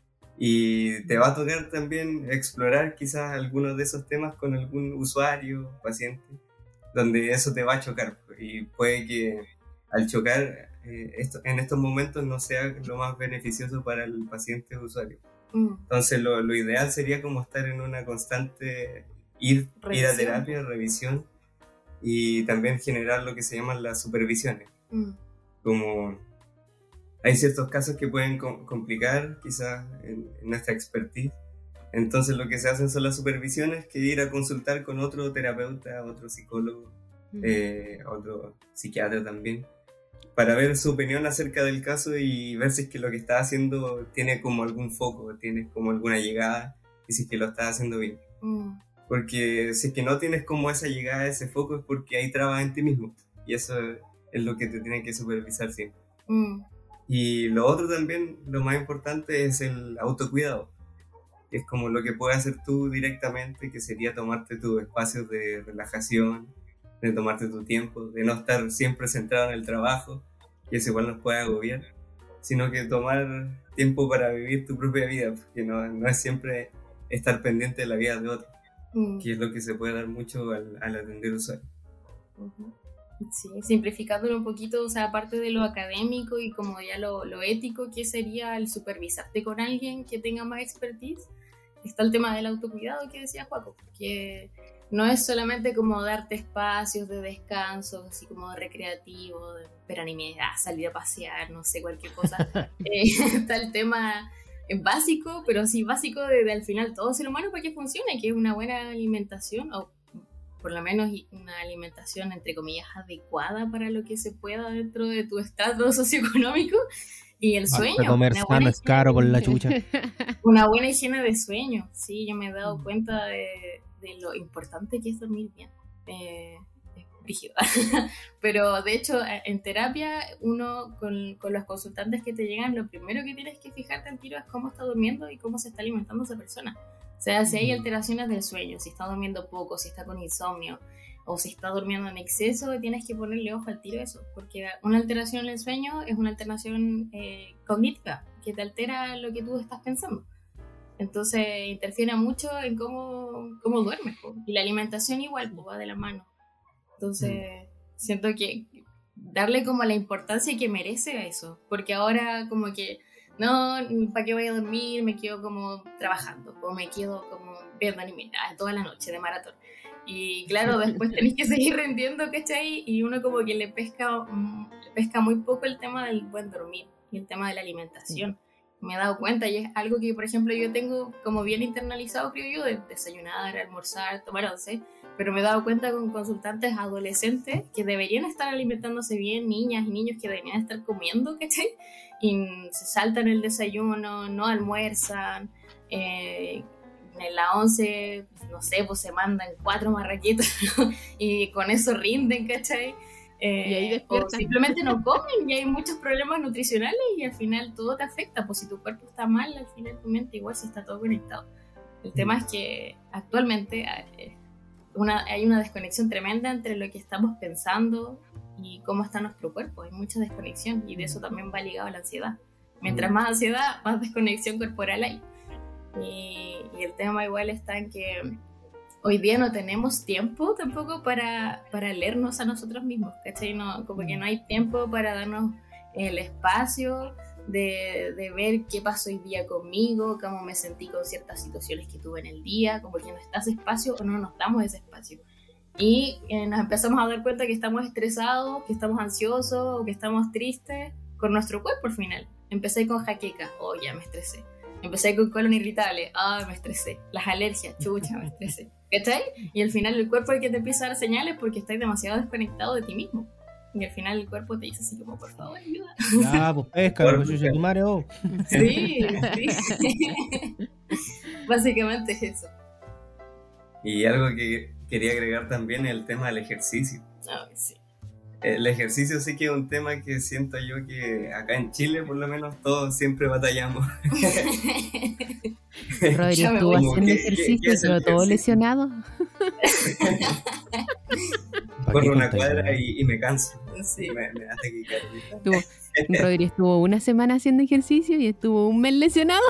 y te va a tocar también explorar quizás algunos de esos temas con algún usuario, paciente, donde eso te va a chocar, y puede que al chocar eh, esto, en estos momentos no sea lo más beneficioso para el paciente o usuario. Mm. Entonces lo, lo ideal sería como estar en una constante ir, ir a terapia, revisión, y también generar lo que se llaman las supervisiones. Mm. Como hay ciertos casos que pueden com- complicar quizás en, en nuestra expertise. Entonces lo que se hacen son las supervisiones, que ir a consultar con otro terapeuta, otro psicólogo, mm. eh, otro psiquiatra también, para ver su opinión acerca del caso y ver si es que lo que está haciendo tiene como algún foco, tiene como alguna llegada, y si es que lo está haciendo bien. Mm. Porque si es que no tienes como esa llegada, ese foco, es porque hay trabas en ti mismo, y eso es lo que te tiene que supervisar siempre. Mm. Y lo otro también, lo más importante, es el autocuidado. Es como lo que puedes hacer tú directamente, que sería tomarte tus espacios de relajación, de tomarte tu tiempo, de no estar siempre centrado en el trabajo, que eso igual nos puede agobiar, sino que tomar tiempo para vivir tu propia vida, porque no, no es siempre estar pendiente de la vida de otro, mm. que es lo que se puede dar mucho al, al atender usuarios. Uh-huh. Sí, simplificándolo un poquito, o sea, aparte de lo académico y como ya lo, lo ético, que sería el supervisarte con alguien que tenga más expertise, está el tema del autocuidado que decía Joaco, que no es solamente como darte espacios de descanso, así como recreativo, de ver anime, ah, salir a pasear, no sé, cualquier cosa. eh, está el tema básico, pero sí básico de, de al final todo ser humano para que funcione, que es una buena alimentación, o por lo menos una alimentación, entre comillas, adecuada para lo que se pueda dentro de tu estrato socioeconómico. Y el sueño. Hasta comer sano es caro por la chucha. Una buena higiene de sueño. Sí, yo me he dado cuenta de, de lo importante que es dormir bien. Eh, es rígido. Pero de hecho, en terapia, uno con, con los consultantes que te llegan, lo primero que tienes que fijarte al tiro es cómo está durmiendo y cómo se está alimentando esa persona. O sea, si hay alteraciones del sueño, si está durmiendo poco, si está con insomnio, o si está durmiendo en exceso, tienes que ponerle ojo al tiro a eso, porque una alteración en el sueño es una alteración eh, cognitiva, que te altera lo que tú estás pensando. Entonces interfiere mucho en cómo, cómo duermes, po. Y la alimentación igual, pues, va de la mano. Entonces mm. siento que darle como la importancia que merece a eso, porque ahora como que no, ¿para qué voy a dormir? Me quedo como trabajando, o me quedo como viendo anime toda la noche de maratón. Y claro, después tenés que seguir rindiendo, ¿cachai? Y uno como que le pesca, le pesca muy poco el tema del buen dormir y el tema de la alimentación. Me he dado cuenta y es algo que, por ejemplo, yo tengo como bien internalizado, creo yo, de desayunar, almorzar, tomar once, pero me he dado cuenta con consultantes adolescentes que deberían estar alimentándose bien, niñas y niños que deberían estar comiendo, ¿cachai? Y se saltan el desayuno, no almuerzan, eh, en la once, no sé, pues se mandan cuatro marraquetas, ¿no? Y con eso rinden, ¿cachai? Eh, y ahí despiertan. O simplemente no comen y hay muchos problemas nutricionales y al final todo te afecta, pues si tu cuerpo está mal, al final tu mente igual si está todo conectado. El tema es que actualmente eh, una, hay una desconexión tremenda entre lo que estamos pensando y cómo está nuestro cuerpo. Hay mucha desconexión y de eso también va ligado a la ansiedad. Mientras más ansiedad, más desconexión corporal hay. Y, y el tema igual está en que hoy día no tenemos tiempo tampoco para, para leernos a nosotros mismos, ¿cachai? No, como que no hay tiempo para darnos el espacio de, de ver qué pasó hoy día conmigo, cómo me sentí con ciertas situaciones que tuve en el día, como que no está ese espacio o no nos damos ese espacio. Y eh, nos empezamos a dar cuenta que estamos estresados, que estamos ansiosos o que estamos tristes con nuestro cuerpo al final. Empecé con jaqueca, oh ya me estresé. Empecé con colon irritable, ah, me estresé. Las alergias, chucha, me estresé. ¿Cachai? Y al final el cuerpo es el que te empieza a dar señales porque estás demasiado desconectado de ti mismo. Y al final el cuerpo te dice así como, por favor, ayuda. Ya, pues pesca, pues chucha tu madre, oh. Sí, sí. Básicamente es eso. Y algo que quería agregar también es el tema del ejercicio. Ay, sí. El ejercicio sí que es un tema que siento yo que acá en Chile por lo menos todos siempre batallamos. Rodri estuvo haciendo ejercicio, pero todo lesionado. Corro una cuadra y, y me canso. Sí. Me, me hace que estuvo, Rodri estuvo una semana haciendo ejercicio y estuvo un mes lesionado.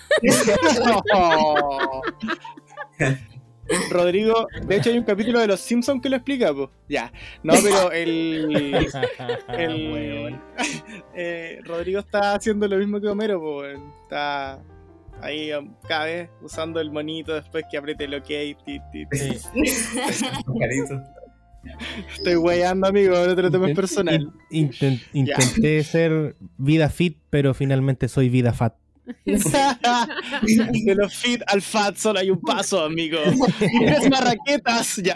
Rodrigo, de hecho hay un capítulo de Los Simpsons que lo explica, pues. Ya, no, pero el, el eh, Rodrigo está haciendo lo mismo que Homero, pues. Está ahí cada vez usando el monito después que apriete el OK. Ti, ti, ti. Sí. Estoy weyando, amigo, no te lo tomes personal. Intent, intenté ser vida fit, pero finalmente soy vida fat. De los fit al fat solo hay un paso, amigo. Tres marraquetas, ya.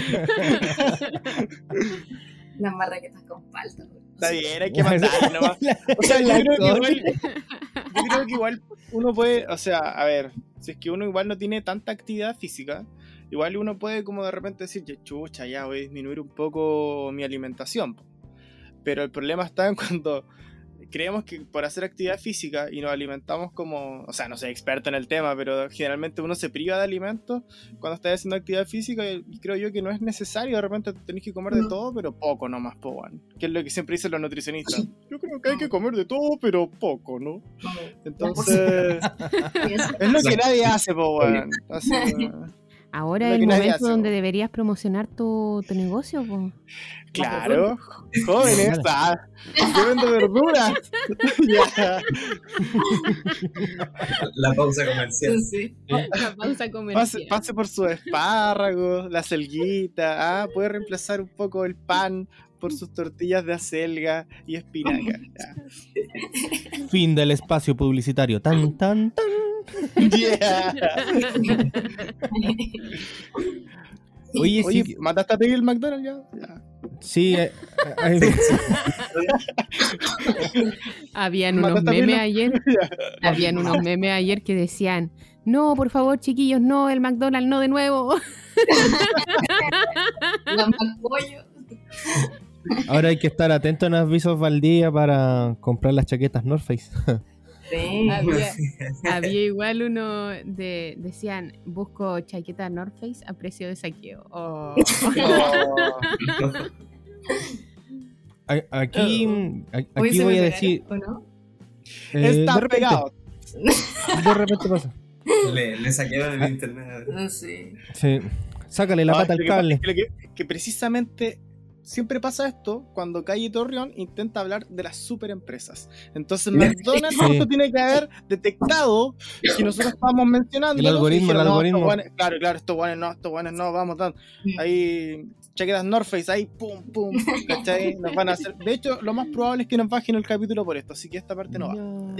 Las marraquetas con palta. Está bien, hay que matar nomás. O sea, yo creo, que igual, yo creo que igual uno puede, o sea, a ver, si es que uno igual no tiene tanta actividad física, igual uno puede como de repente decir, chucha, ya voy a disminuir un poco mi alimentación. Pero el problema está en cuando creemos que por hacer actividad física y nos alimentamos como, o sea, no soy experto en el tema, pero generalmente uno se priva de alimentos cuando está haciendo actividad física y creo yo que no es necesario, de repente tenés que comer de todo, pero poco nomás, po, que es lo que siempre dicen los nutricionistas. Yo creo que hay que comer de todo, pero poco, ¿no? Entonces, es lo que nadie hace, po, bueno. Así, Ahora es el momento donde deberías promocionar tu, tu negocio, po. Claro, jóvenes, ah, yo vendo verduras. Ya. La pausa comercial. Sí. La pausa comercial. Pase, pase por sus espárragos, la selguita, ah, puede reemplazar un poco el pan por sus tortillas de acelga y espinaca. Ya. Fin del espacio publicitario. Tan, tan, tan. Yeah. Oye, Oye, sí, ¿mataste a pedir el McDonald's ya? Ya. sí, eh, eh, Habían unos ¿Mataste a memes Pilo? ayer, habían unos memes ayer que decían, no, por favor, chiquillos, no, el McDonald's, no de nuevo. La pollo. ahora hay que estar atento en avisos Valdía para comprar las chaquetas North Face. Sí. había, había igual uno de, decían, busco chaqueta North Face a precio de saqueo. Oh. Oh. A- Aquí, a- Hoy aquí se voy me a pegaron, decir. ¿o no? eh, de Está repente, pegado. de repente pasa. Le, le saquearon el internet. No sé. Sí. Sácale la No, pata es al que lo que cable. pasa- es que, que precisamente siempre pasa esto cuando Calle Torreón intenta hablar de las superempresas. Entonces McDonald's Sí. justo tiene que haber detectado que nosotros estábamos mencionando. El algoritmo, el algoritmo. Claro, claro, estos guanes no, estos guanes no, vamos, dan. Ahí chaquetas North Face, ahí pum, pum, ¿cachai? Nos van a hacer. De hecho, lo más probable es que nos bajen el capítulo por esto, así que esta parte no va. No.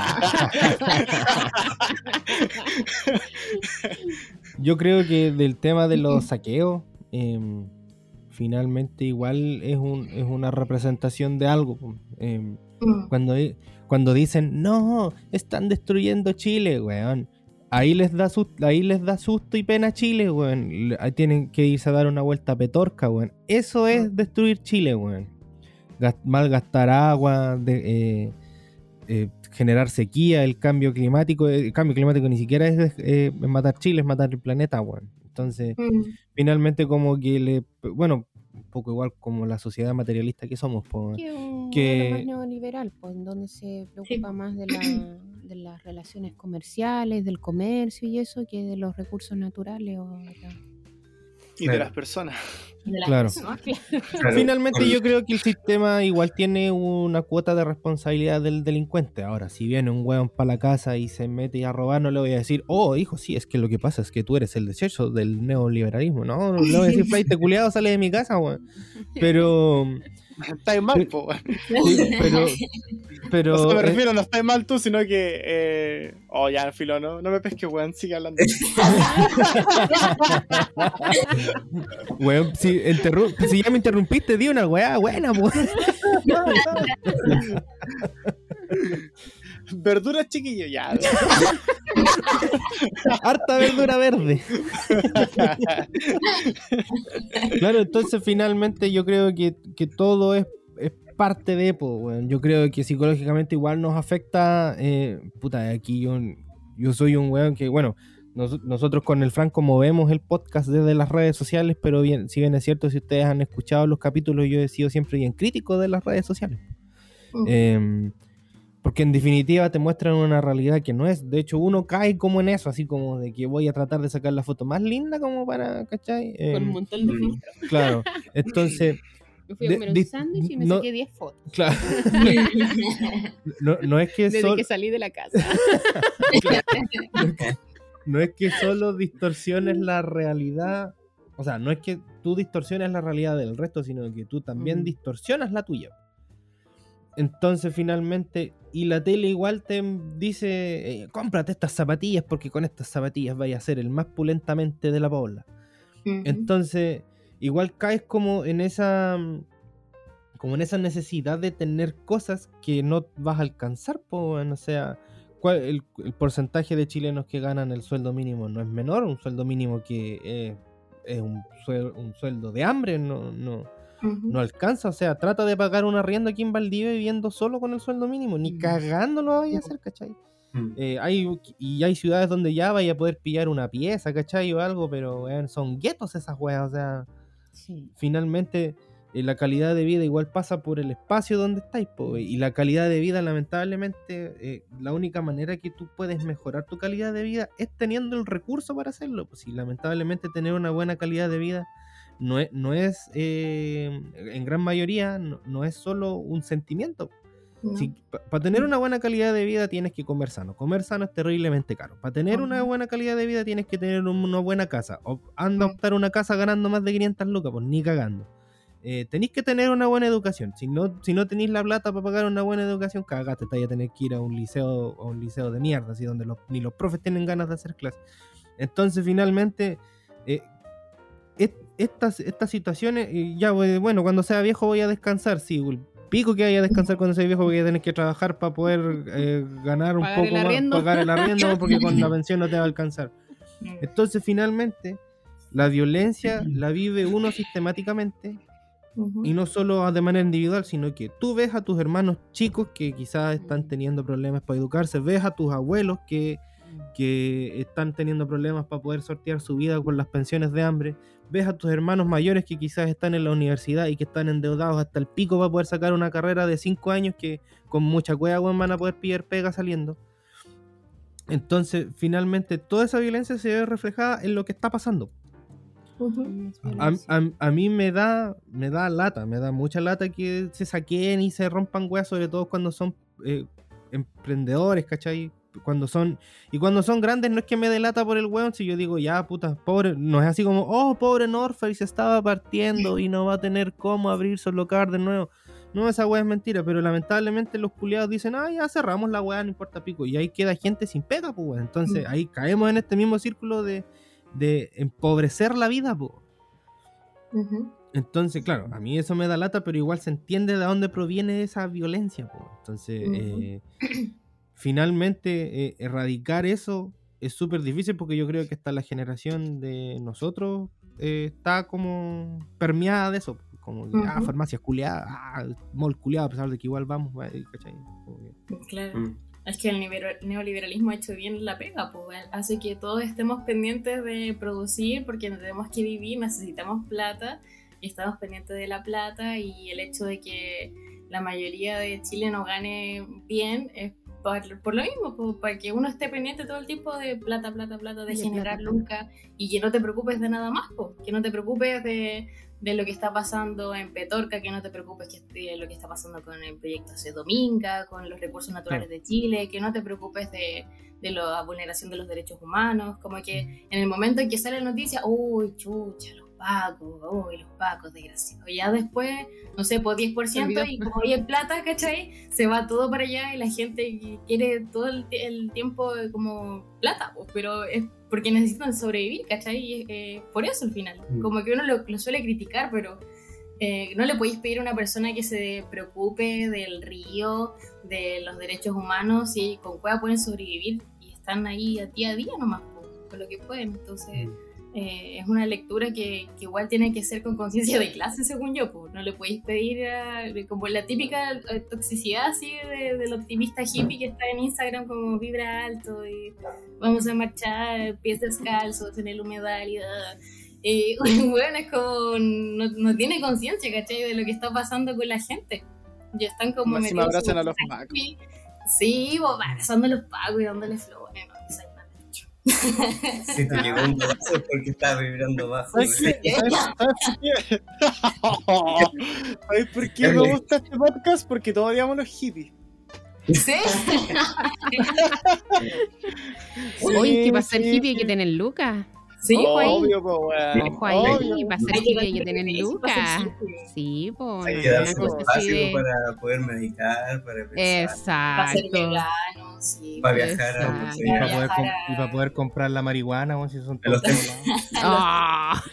Yo creo que del tema de los saqueos, eh, finalmente igual es un es una representación de algo. po. Eh, Mm. cuando, cuando dicen, no, están destruyendo Chile, weón. Ahí les da susto, ahí les da susto y pena a Chile, weón. Le- Ahí tienen que irse a dar una vuelta a Petorca, weón. Eso es destruir Chile, weón. Gas- malgastar agua, de, eh, eh, generar sequía, el cambio climático. El cambio climático ni siquiera es eh, matar Chile, es matar el planeta, weón. Entonces, Mm. finalmente como que le... Bueno, un poco igual como la sociedad materialista que somos, po, Que un Que- modelo más neoliberal, pues, en donde se preocupa más de, la, de las relaciones comerciales, del comercio y eso, que de los recursos naturales. O la- Y de las personas. De las Claro. personas. Claro. Finalmente yo creo que el sistema igual tiene una cuota de responsabilidad del delincuente. Ahora, si viene un weón para la casa y se mete a robar, no le voy a decir, oh, hijo, sí, es que lo que pasa es que tú eres el desecho del neoliberalismo. No, no le voy a decir, flight culiado, sale de mi casa, weón. Pero, Estáis mal, po. sí, pero, pero, O sea, me eh, refiero, no estáis mal tú, sino que. Eh... Oh, ya, filo, no, no me pesques, weón, sigue hablando. weón, si, interru- si ya me interrumpiste, di una weá buena, weón. Verduras, chiquillo, ya. Harta verdura verde. Claro, entonces finalmente yo creo que, que todo es, es parte de, po, weón. Yo creo que psicológicamente igual nos afecta. Eh, puta, aquí yo, yo soy un weón que, bueno, nos- nosotros con el Franco movemos el podcast desde las redes sociales, pero bien, si bien es cierto, si ustedes han escuchado los capítulos, yo he sido siempre bien crítico de las redes sociales. Mm. Eh, porque en definitiva te muestran una realidad que no es. De hecho, uno cae como en eso, así como de que voy a tratar de sacar la foto más linda como para, ¿cachai? Eh, Con un montón de Mm. filtros. claro. Entonces, Me fui a de- comer un di- sándwich y me no- saqué diez fotos. claro. No, no es que Desde sol- que salí de la casa. no es que solo distorsiones la realidad. O sea, no es que tú distorsiones la realidad del resto, sino que tú también Mm. distorsionas la tuya. Entonces, finalmente, y la tele igual te dice, eh, cómprate estas zapatillas porque con estas zapatillas vaya a ser el más pulentamente de la pobla. Ujú. Entonces, igual caes como en esa como en esa necesidad de tener cosas que no vas a alcanzar, po, weón. O sea, ¿cuál- el, el porcentaje de chilenos que ganan el sueldo mínimo no es menor, un sueldo mínimo que eh, es un, suel- un sueldo de hambre, no, no, Ujú. no alcanza. O sea, trata de pagar un arriendo aquí en Valdivia viviendo solo con el sueldo mínimo, ni Mm. cagando lo vaya a hacer, ¿cachai? Mm. Eh, hay, y hay ciudades donde ya vaya a poder pillar una pieza, ¿cachai? O algo, pero weón, son guetos esas weas, o sea, Sí. finalmente eh, la calidad de vida igual pasa por el espacio donde estáis, po, y la calidad de vida, lamentablemente, eh, la única manera que tú puedes mejorar tu calidad de vida es teniendo el recurso para hacerlo. Pues, y lamentablemente tener una buena calidad de vida no es, no es eh, en gran mayoría, no, no es solo un sentimiento. No. Si, para pa tener una buena calidad de vida tienes que comer sano. Comer sano es terriblemente caro. Para tener uh-huh. una buena calidad de vida tienes que tener una buena casa. O anda a optar una casa ganando más de quinientas lucas, pues ni cagando. Eh, tenéis que tener una buena educación. Si no, si no tenéis la plata para pagar una buena educación, cagaste, te vais a tener que ir a un liceo, a un liceo de mierda, así donde los, ni los profes tienen ganas de hacer clases. Entonces, finalmente, eh, est, estas, estas situaciones, eh, ya, bueno, cuando sea viejo voy a descansar, sí, pico que vaya a descansar cuando sea viejo, porque tenés que trabajar para poder eh, ganar un pagar poco más, pagar el arriendo, porque con la pensión no te va a alcanzar. Entonces, finalmente, la violencia la vive uno sistemáticamente. Uh-huh. Y no solo de manera individual, sino que tú ves a tus hermanos chicos que quizás están teniendo problemas para educarse, ves a tus abuelos que, que están teniendo problemas para poder sortear su vida con las pensiones de hambre, ves a tus hermanos mayores que quizás están en la universidad y que están endeudados hasta el pico para poder sacar una carrera de cinco años que con mucha cueva van a poder pillar pega saliendo. Entonces, finalmente, toda esa violencia se ve reflejada en lo que está pasando. Uh-huh. A, a, a mí me da me da lata, me da mucha lata que se saquen y se rompan weas, sobre todo cuando son eh, emprendedores, ¿cachai? Cuando son, y cuando son grandes no es que me dé lata por el weón, si yo digo, ya puta, pobre, no es así como, oh, pobre Norface se estaba partiendo y no va a tener cómo abrir su local de nuevo. No, esa wea es mentira, pero lamentablemente los culiados dicen, ah, ya cerramos la wea, no importa pico, y ahí queda gente sin pega, pues weón. Entonces ahí caemos en este mismo círculo de de empobrecer la vida, po. Uh-huh. Entonces, claro, a mí eso me da lata, pero igual se entiende de dónde proviene esa violencia, po. Entonces, uh-huh. eh, finalmente, eh, erradicar eso es súper difícil, porque yo creo que hasta la generación de nosotros eh, está como permeada de eso, como uh-huh. ah, farmacias culiadas, ah, mall culiado, a pesar de que igual vamos, ¿cachai? Claro. Uh-huh. Es que el neoliberalismo ha hecho bien la pega, pues, hace que todos estemos pendientes de producir porque tenemos que vivir, necesitamos plata y estamos pendientes de la plata, y el hecho de que la mayoría de Chile no gane bien es por, por lo mismo, pues, para que uno esté pendiente todo el tiempo de plata, plata, plata, de generar lucas, y que no te preocupes de nada más, pues, que no te preocupes de... de lo que está pasando en Petorca, que no te preocupes de lo que está pasando con el proyecto C. Dominga, con los recursos naturales de Chile, que no te preocupes de, de la vulneración de los derechos humanos, como que en el momento en que sale la noticia, uy, chucha, los pacos, uy, los pacos, desgraciados, ya después, no sé, por diez por ciento, y como hay plata, ¿cachai? Se va todo para allá y la gente quiere todo el, el tiempo como plata, pues, pero es porque necesitan sobrevivir, ¿cachai? Y eh, por eso al final, como que uno lo, lo suele criticar, pero eh, no le podéis pedir a una persona que se preocupe del río, de los derechos humanos, y con cueva pueden sobrevivir y están ahí a día a día nomás, con lo que pueden. Entonces eh, es una lectura que, que igual tiene que ser con conciencia de clase, según yo, pues. No le podéis pedir a, como la típica toxicidad así de, del optimista hippie que está en Instagram como vibra alto y vamos a marchar pies descalzos en el humedal y eh, bueno, es como no, no tiene conciencia, ¿cachai? De lo que está pasando con la gente. Ya están como me abrazan a los pacos. Sí, vos abrazando a los pacos y dándole flores, ¿no? Si te llegó un pedazo es porque estás vibrando bajo. ¿Sabes por qué me gusta este podcast? Porque todos odiamos los hippies. ¿Sí? Oye, que para ser hippie hay que tener lucas. Sí, pues. Obvio, pues, weón. Ojo ahí, para ser hippie hay que tener lucas. Sí, pues. Hay que darse un espacio de... para poder meditar, para pensar. Exacto. Para ser vegano, sí. Para viajar a... No sé, y, para poder com- y para poder comprar la marihuana, o si son todos ¡Ah!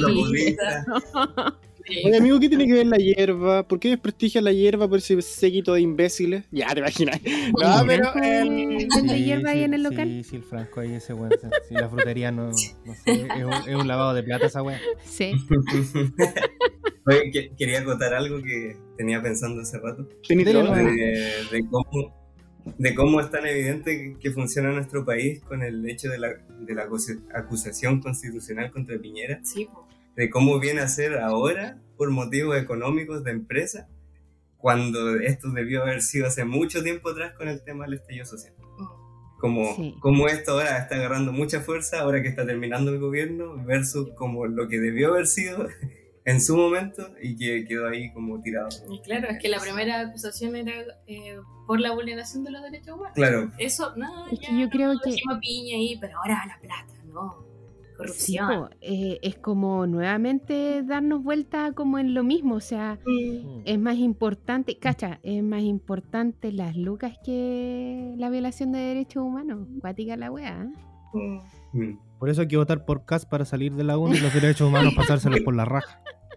Oye, amigo, ¿qué tiene que ver la hierba? ¿Por qué desprestigia la hierba por ese séquito de imbéciles? Ya, te imaginas. No, pero... Eh... ¿Vende hierba ahí en el local? Sí, sí, el Franco ahí, ese weón. Sí, la frutería no, no sé, es un, es un lavado de plata esa weón. Sí. Oye, que, quería contar algo que tenía pensando hace rato. De, de, de, cómo, de cómo es tan evidente que funciona nuestro país con el hecho de la, de la acusación constitucional contra Piñera. Sí. de cómo viene a ser ahora por motivos económicos de empresa, cuando esto debió haber sido hace mucho tiempo atrás con el tema del estallido social. Como, Sí. como esto ahora está agarrando mucha fuerza, ahora que está terminando el gobierno, versus como lo que debió haber sido en su momento y que quedó ahí como tirado. Y claro, es que la primera acusación era eh, por la vulneración de los derechos humanos. Claro. Eso, no, Es ya, que yo creo no, que- dejemos piña ahí, pero ahora la plata, no. Sí, Corrupción. po, eh, es como nuevamente darnos vuelta como en lo mismo, o sea, Mm. es más importante, cacha, es más importante las lucas que la violación de derechos humanos. Cuática la weá. ¿eh? Mm. Mm. Por eso hay que votar por Kast para salir de la U N y los derechos humanos pasárselos por la raja.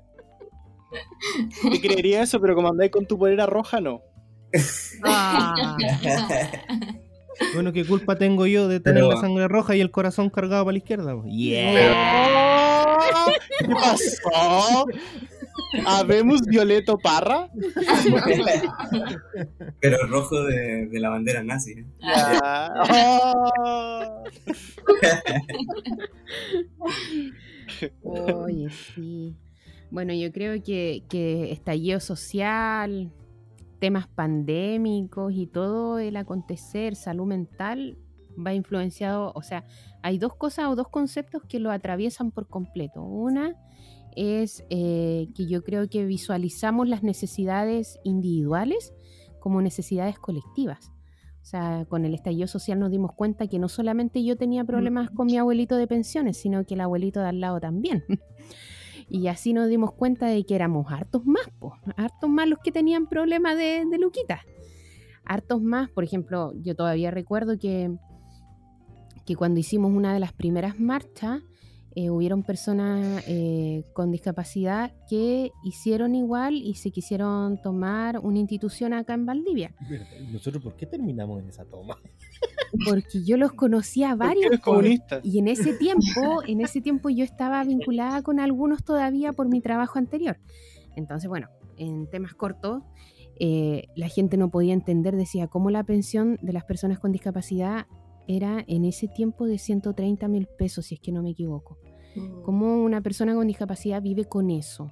Te creería eso, pero como andáis con tu polera roja, no. Ah, Bueno, ¿qué culpa tengo yo de tener Pero- la sangre roja y el corazón cargado para la izquierda? Yeah. ¿Qué pasó? ¿Habemos Violeto Parra? Pero rojo de, de la bandera nazi. ¿eh? Ya. Oh. oye, sí. Bueno, yo creo que, que estallido social, temas pandémicos y todo el acontecer, salud mental, va influenciado, o sea, hay dos cosas o dos conceptos que lo atraviesan por completo. Una es eh, que yo creo que visualizamos las necesidades individuales como necesidades colectivas. O sea, con el estallido social nos dimos cuenta que no solamente yo tenía problemas con mi abuelito de pensiones, sino que el abuelito de al lado también. Y así nos dimos cuenta de que éramos hartos más, po, hartos más los que tenían problemas de, de luquitas. Hartos más, por ejemplo, yo todavía recuerdo que, que cuando hicimos una de las primeras marchas, eh, hubieron personas eh, con discapacidad que hicieron igual y se quisieron tomar una institución acá en Valdivia. ¿Y nosotros por qué terminamos en esa toma? Porque yo los conocía a ¿Por qué varios. eres po, comunista? Y en ese tiempo, en ese tiempo yo estaba vinculada con algunos todavía por mi trabajo anterior. Entonces, bueno, en temas cortos, eh, la gente no podía entender, decía, cómo la pensión de las personas con discapacidad era en ese tiempo de ciento treinta mil pesos, si es que no me equivoco. Mm. ¿Cómo una persona con discapacidad vive con eso?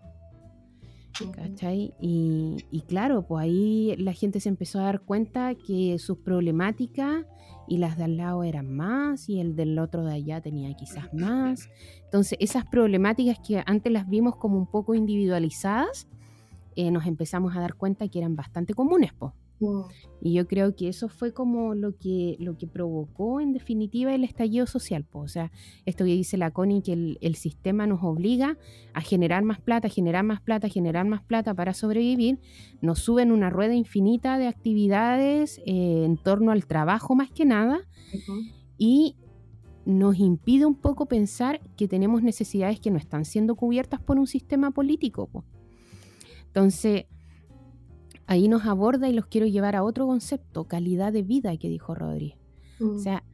¿Cachai? Y, y claro, pues ahí la gente se empezó a dar cuenta que sus problemáticas y las de al lado eran más y el del otro de allá tenía quizás más. Entonces esas problemáticas que antes las vimos como un poco individualizadas, eh, nos empezamos a dar cuenta que eran bastante comunes, pues. Mm. Y yo creo que eso fue como lo que, lo que provocó en definitiva el estallido social, po. O sea, esto que dice la Connie, que el, el sistema nos obliga a generar más plata, generar más plata, generar más plata para sobrevivir, nos suben una rueda infinita de actividades eh, en torno al trabajo más que nada, Ujú. y nos impide un poco pensar que tenemos necesidades que no están siendo cubiertas por un sistema político, po. Entonces, ahí nos aborda y los quiero llevar a otro concepto, calidad de vida, que dijo Rodri. Mm. O sea,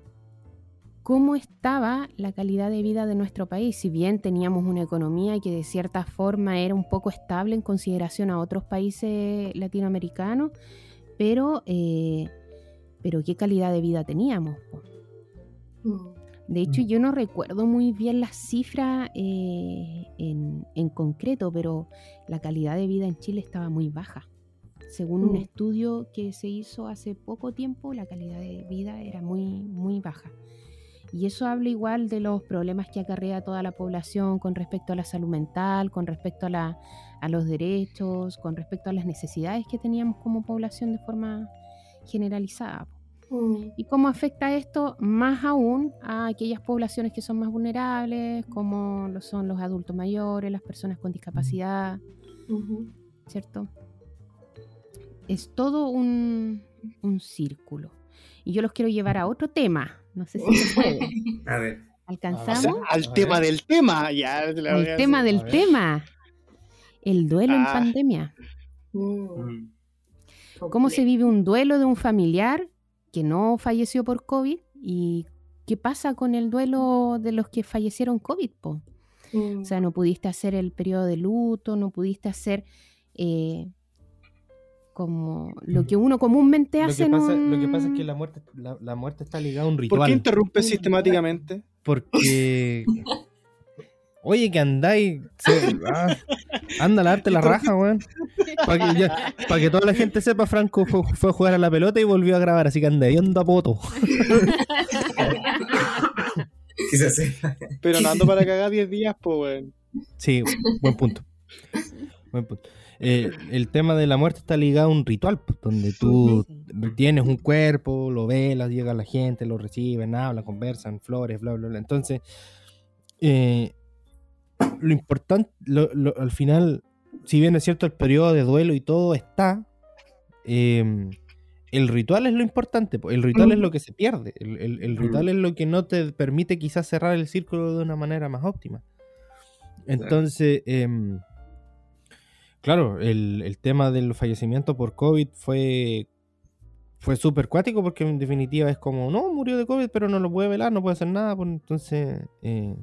¿cómo estaba la calidad de vida de nuestro país? Si bien teníamos una economía que de cierta forma era un poco estable en consideración a otros países latinoamericanos, pero, eh, pero ¿qué calidad de vida teníamos, po? Mm. De hecho, yo no recuerdo muy bien las cifras eh, en, en concreto, pero la calidad de vida en Chile estaba muy baja. Según un Mm. estudio que se hizo hace poco tiempo, la calidad de vida era muy, muy baja. Y eso habla igual de los problemas que acarrea toda la población con respecto a la salud mental, con respecto a, la, a los derechos, con respecto a las necesidades que teníamos como población de forma generalizada. Mm. ¿Y cómo afecta esto más aún a aquellas poblaciones que son más vulnerables, como lo son los adultos mayores, las personas con discapacidad, Ujú. ¿cierto? Es todo un, un círculo. Y yo los quiero llevar a otro tema. No sé si se puede. A ver. O ¿Alcanzamos? sea, al A tema ver. del tema, ya. te la voy a El tema hacer. del A ver. tema. El duelo en Ah. pandemia. Mm. Mm. ¿Cómo se vive un duelo de un familiar que no falleció por COVID? ¿Y qué pasa con el duelo de los que fallecieron COVID, po? Mm. O sea, no pudiste hacer el periodo de luto, no pudiste hacer eh, como lo que uno comúnmente Lo hace que, en pasa, un... lo que pasa es que la muerte, la, la muerte está ligada a un ¿Por ritual. qué interrumpes sistemáticamente? Porque Oye, que andáis. Se, ah, anda a lavarte la raja, weón. Para que, ya, pa que toda la gente sepa, Franco fue, fue a jugar a la pelota y volvió a grabar, así que anda ahí anda poto. Quizás sí. Pero no ando para cagar diez días, pues, weón. Sí, buen punto. Buen punto. Eh, el tema de la muerte está ligado a un ritual, pues, donde tú tienes un cuerpo, lo velas, llega la gente, lo reciben, hablan, conversan, flores, bla, bla, bla. Entonces, eh, lo importante, lo, lo, al final, si bien es cierto el periodo de duelo y todo está, eh, el ritual es lo importante, pues. El ritual es lo que se pierde, el, el, el ritual es lo que no te permite quizás cerrar el círculo de una manera más óptima. Entonces, eh, claro, el, el tema del fallecimiento por COVID fue, fue súper cuático, porque en definitiva es como, no, murió de COVID, pero no lo puede velar, no puede hacer nada, pues. Entonces, eh,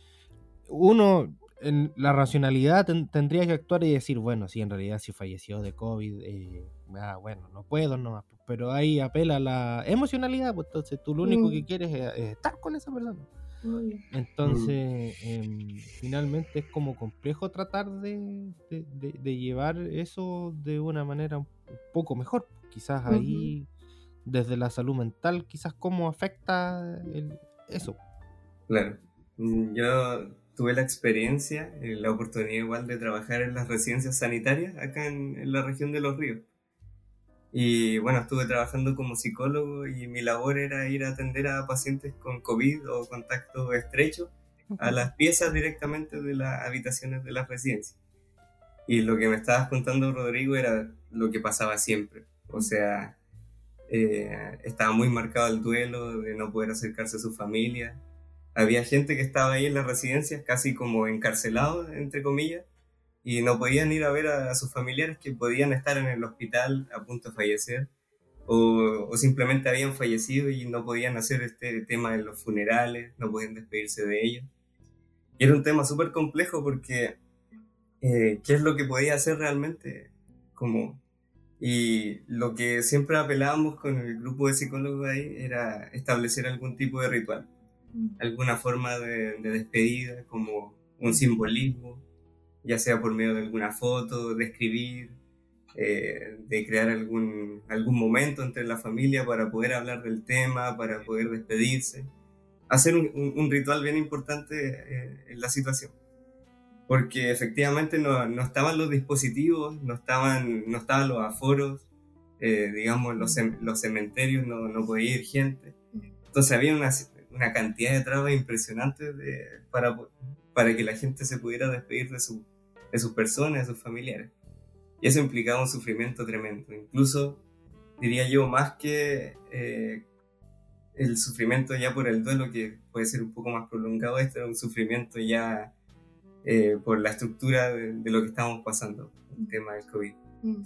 uno, en la racionalidad ten, tendría que actuar y decir, bueno, sí, en realidad si falleció de COVID, eh, ah, bueno, no puedo nomás, pero ahí apela a la emocionalidad, pues entonces tú lo único mm. que quieres es, es estar con esa persona. Entonces, mm. eh, finalmente es como complejo tratar de, de, de, de llevar eso de una manera un poco mejor. Quizás uh-huh. ahí, desde la salud mental, quizás cómo afecta el, eso. Claro, yo tuve la experiencia, la oportunidad igual de trabajar en las residencias sanitarias acá en, en la región de Los Ríos. Y bueno, estuve trabajando como psicólogo y mi labor era ir a atender a pacientes con COVID o contacto estrecho a las piezas directamente de las habitaciones de las residencias. Y lo que me estabas contando, Rodrigo, era lo que pasaba siempre. O sea, eh, estaba muy marcado el duelo de no poder acercarse a su familia. Había gente que estaba ahí en las residencias casi como encarcelados, entre comillas, y no podían ir a ver a, a sus familiares que podían estar en el hospital a punto de fallecer, o, o simplemente habían fallecido y no podían hacer este tema de los funerales, no podían despedirse de ellos. Y era un tema súper complejo porque eh, ¿qué es lo que podía hacer realmente? Como, y lo que siempre apelábamos con el grupo de psicólogos ahí era establecer algún tipo de ritual, alguna forma de, de despedida, como un simbolismo, ya sea por medio de alguna foto, de escribir, eh, de crear algún, algún momento entre la familia para poder hablar del tema, para poder despedirse. Hacer un, un, un ritual bien importante eh, en la situación. Porque efectivamente no, no estaban los dispositivos, no estaban, no estaban los aforos, eh, digamos, los, los cementerios no, no podía ir gente. Entonces había una, una cantidad de trabas impresionantes de, para, para que la gente se pudiera despedir de su de sus personas, de sus familiares. Y eso implicaba un sufrimiento tremendo. Incluso, diría yo, más que eh, el sufrimiento ya por el duelo, que puede ser un poco más prolongado, esto era un sufrimiento ya eh, por la estructura de, de lo que estábamos pasando, el tema del COVID. Mm.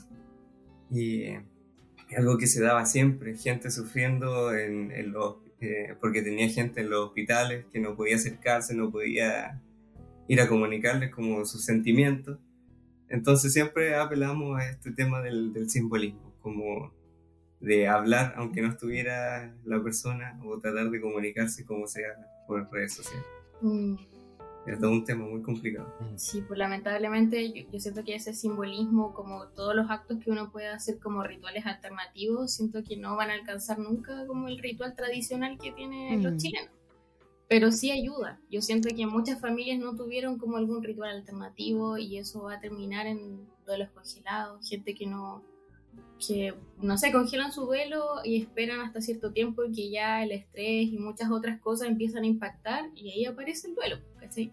Y eh, algo que se daba siempre, gente sufriendo en, en los, eh, porque tenía gente en los hospitales que no podía acercarse, no podía ir a comunicarles como sus sentimientos. Entonces siempre apelamos a este tema del, del simbolismo, como de hablar aunque no estuviera la persona, o tratar de comunicarse como sea por redes sociales. Mm. Es todo un tema muy complicado. Sí, pues lamentablemente yo, yo siento que ese simbolismo, como todos los actos que uno puede hacer como rituales alternativos, siento que no van a alcanzar nunca como el ritual tradicional que tienen mm. los chilenos. Pero sí ayuda. Yo siento que muchas familias no tuvieron como algún ritual alternativo y eso va a terminar en duelos congelados, gente que no, que no sé, congelan su duelo y esperan hasta cierto tiempo y que ya el estrés y muchas otras cosas empiezan a impactar y ahí aparece el duelo, ¿cachai?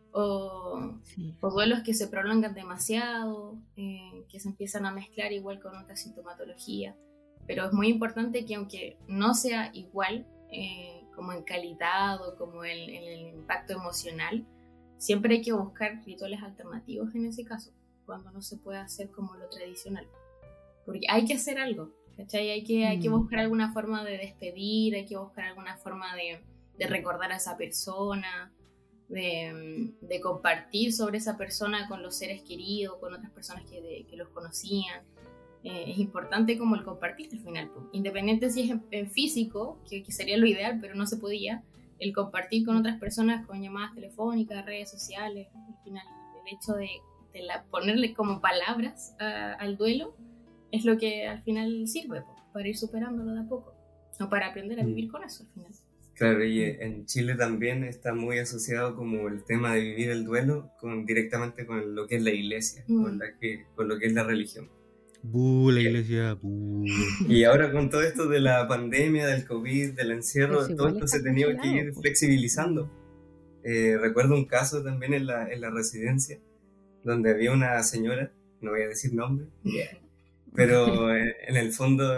O, sí. o duelos que se prolongan demasiado, eh, que se empiezan a mezclar igual con otra sintomatología. Pero es muy importante que aunque no sea igual, eh, como en calidad o como en, en el impacto emocional, siempre hay que buscar rituales alternativos en ese caso, cuando no se puede hacer como lo tradicional. Porque hay que hacer algo, ¿cachai? Hay que, mm. hay que buscar alguna forma de despedir, hay que buscar alguna forma de, de recordar a esa persona, de, de compartir sobre esa persona con los seres queridos, con otras personas que, de, que los conocían. Eh, es importante como el compartir al final, pues. Independiente si es en, en físico, que, que sería lo ideal, pero no se podía, el compartir con otras personas con llamadas telefónicas, redes sociales, al final el hecho de, de la, ponerle como palabras a, al duelo es lo que al final sirve po, para ir superándolo de a poco o para aprender a vivir con eso al final. Claro, y en Chile también está muy asociado como el tema de vivir el duelo con, directamente con lo que es la iglesia, mm. con, la que, con lo que es la religión. Buh, la iglesia, buh. Y ahora con todo esto de la pandemia, del COVID, del encierro, pues todo esto se ha tenido que ir flexibilizando. Eh, recuerdo un caso también en la, en la residencia, donde había una señora, no voy a decir nombre, yeah, pero eh, en el fondo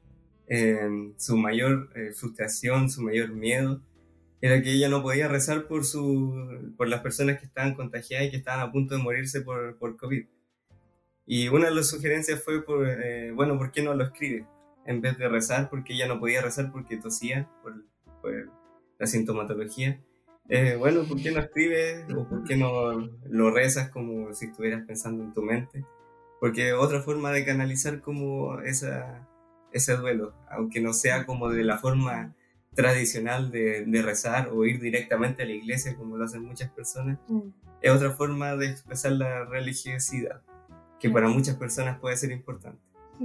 eh, su mayor eh, frustración, su mayor miedo, era que ella no podía rezar por, su, por las personas que estaban contagiadas y que estaban a punto de morirse por, por COVID. Y una de las sugerencias fue, por, eh, bueno, ¿por qué no lo escribe? En vez de rezar, porque ella no podía rezar porque tosía por, por la sintomatología. Eh, bueno, ¿por qué no escribes? ¿O por qué no lo rezas como si estuvieras pensando en tu mente? Porque otra forma de canalizar como esa, ese duelo, aunque no sea como de la forma tradicional de, de rezar o ir directamente a la iglesia como lo hacen muchas personas, mm. es otra forma de expresar la religiosidad, que para muchas personas puede ser importante.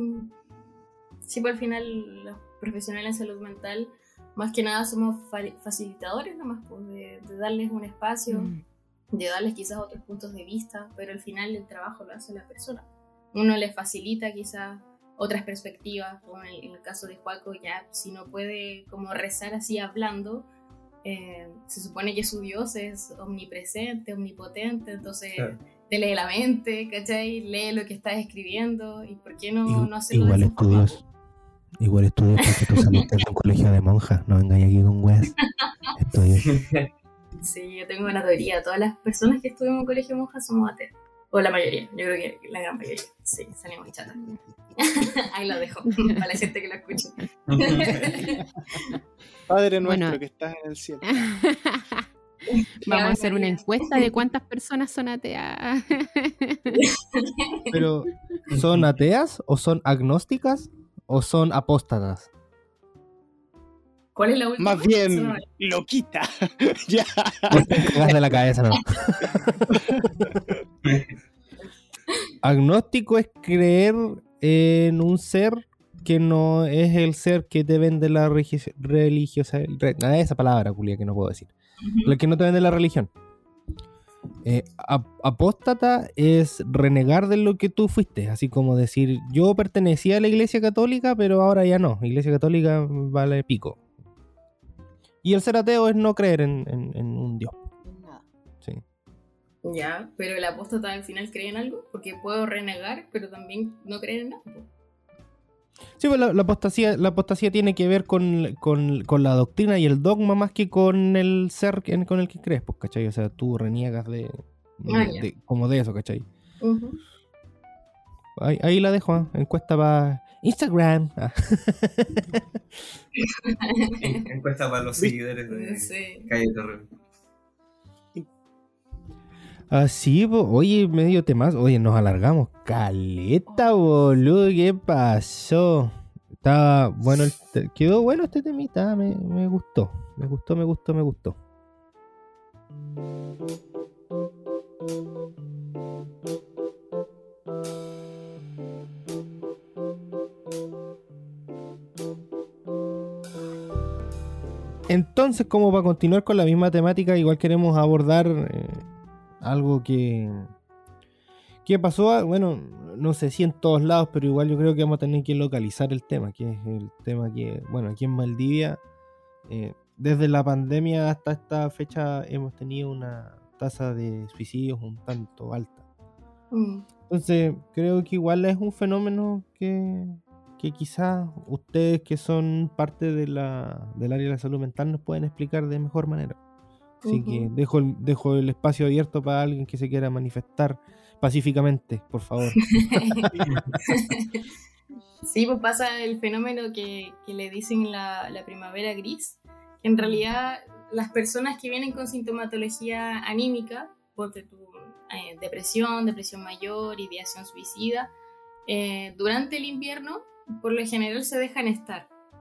Sí, pues al final los profesionales en salud mental más que nada somos facilitadores nomás, pues, de, de darles un espacio, mm. de darles quizás otros puntos de vista, pero al final el trabajo lo hace la persona. Uno les facilita quizás otras perspectivas, como en el, en el caso de Joaco, ya si no puede como rezar así hablando, eh, se supone que su Dios es omnipresente, omnipotente, entonces... Claro. Te lee la mente, ¿cachai? Lee lo que estás escribiendo, y ¿por qué no, no hacerlo igual de esa forma? Estudios, igual estudios porque tú saliste de un colegio de monjas, no vengáis aquí con weas. Estudios. Sí, yo tengo una teoría, todas las personas que estudian en un colegio de monjas somos ateos, o la mayoría, yo creo que la gran mayoría, sí, salimos chatas. Ahí lo dejo, para la gente que lo escuche. Padre nuestro bueno. que estás en el cielo. Vamos a hacer una encuesta de cuántas personas son ateas. Pero, ¿son ateas o son agnósticas o son apóstatas? ¿Cuál es la última? Más bien, loquita. Ya. Te cagas de la cabeza, ¿no? Agnóstico es creer en un ser que no es el ser que te vende la religiosa... religiosa re, esa palabra, culia, que no puedo decir. Uh-huh. La que no te vende la religión. Eh, ap- apóstata es renegar de lo que tú fuiste, así como decir, yo pertenecía a la iglesia católica, pero ahora ya no, iglesia católica vale pico. Y el ser ateo es no creer en, en, en un Dios. Nada. Sí. Ya, pero el apóstata al final cree en algo, porque puedo renegar, pero también no creer en nada. Sí, pues la, la, apostasía, la apostasía tiene que ver con, con, con la doctrina y el dogma más que con el ser en, con el que crees, pues, ¿cachai? O sea, tú reniegas de, de, ah, de, de como de eso, ¿cachai? Uh-huh. Ahí, ahí la dejo, ¿eh? Encuesta para Instagram. Ah. Encuesta para los seguidores de sí. Calle Torreón. Así, ah, oye, medio temas. Oye, nos alargamos. Caleta, boludo, ¿qué pasó? Estaba bueno, el te- quedó bueno este temita. Me, me gustó, me gustó, me gustó, me gustó. Entonces, como para continuar con la misma temática, igual queremos abordar eh, algo que, que pasó, bueno, no sé si en todos lados, pero igual yo creo que vamos a tener que localizar el tema, que es el tema que, bueno, aquí en Valdivia, eh, desde la pandemia hasta esta fecha hemos tenido una tasa de suicidios un tanto alta. Mm. Entonces, creo que igual es un fenómeno que, que quizás ustedes que son parte de la, del área de la salud mental nos pueden explicar de mejor manera. Así uh-huh. que dejo el, dejo el espacio abierto para alguien que se quiera manifestar pacíficamente, por favor. Sí, pues pasa el fenómeno que, que le dicen la, la primavera gris. En realidad, las personas que vienen con sintomatología anímica, ponte tu eh, depresión, depresión mayor, ideación suicida, eh, durante el invierno, por lo general se dejan estar.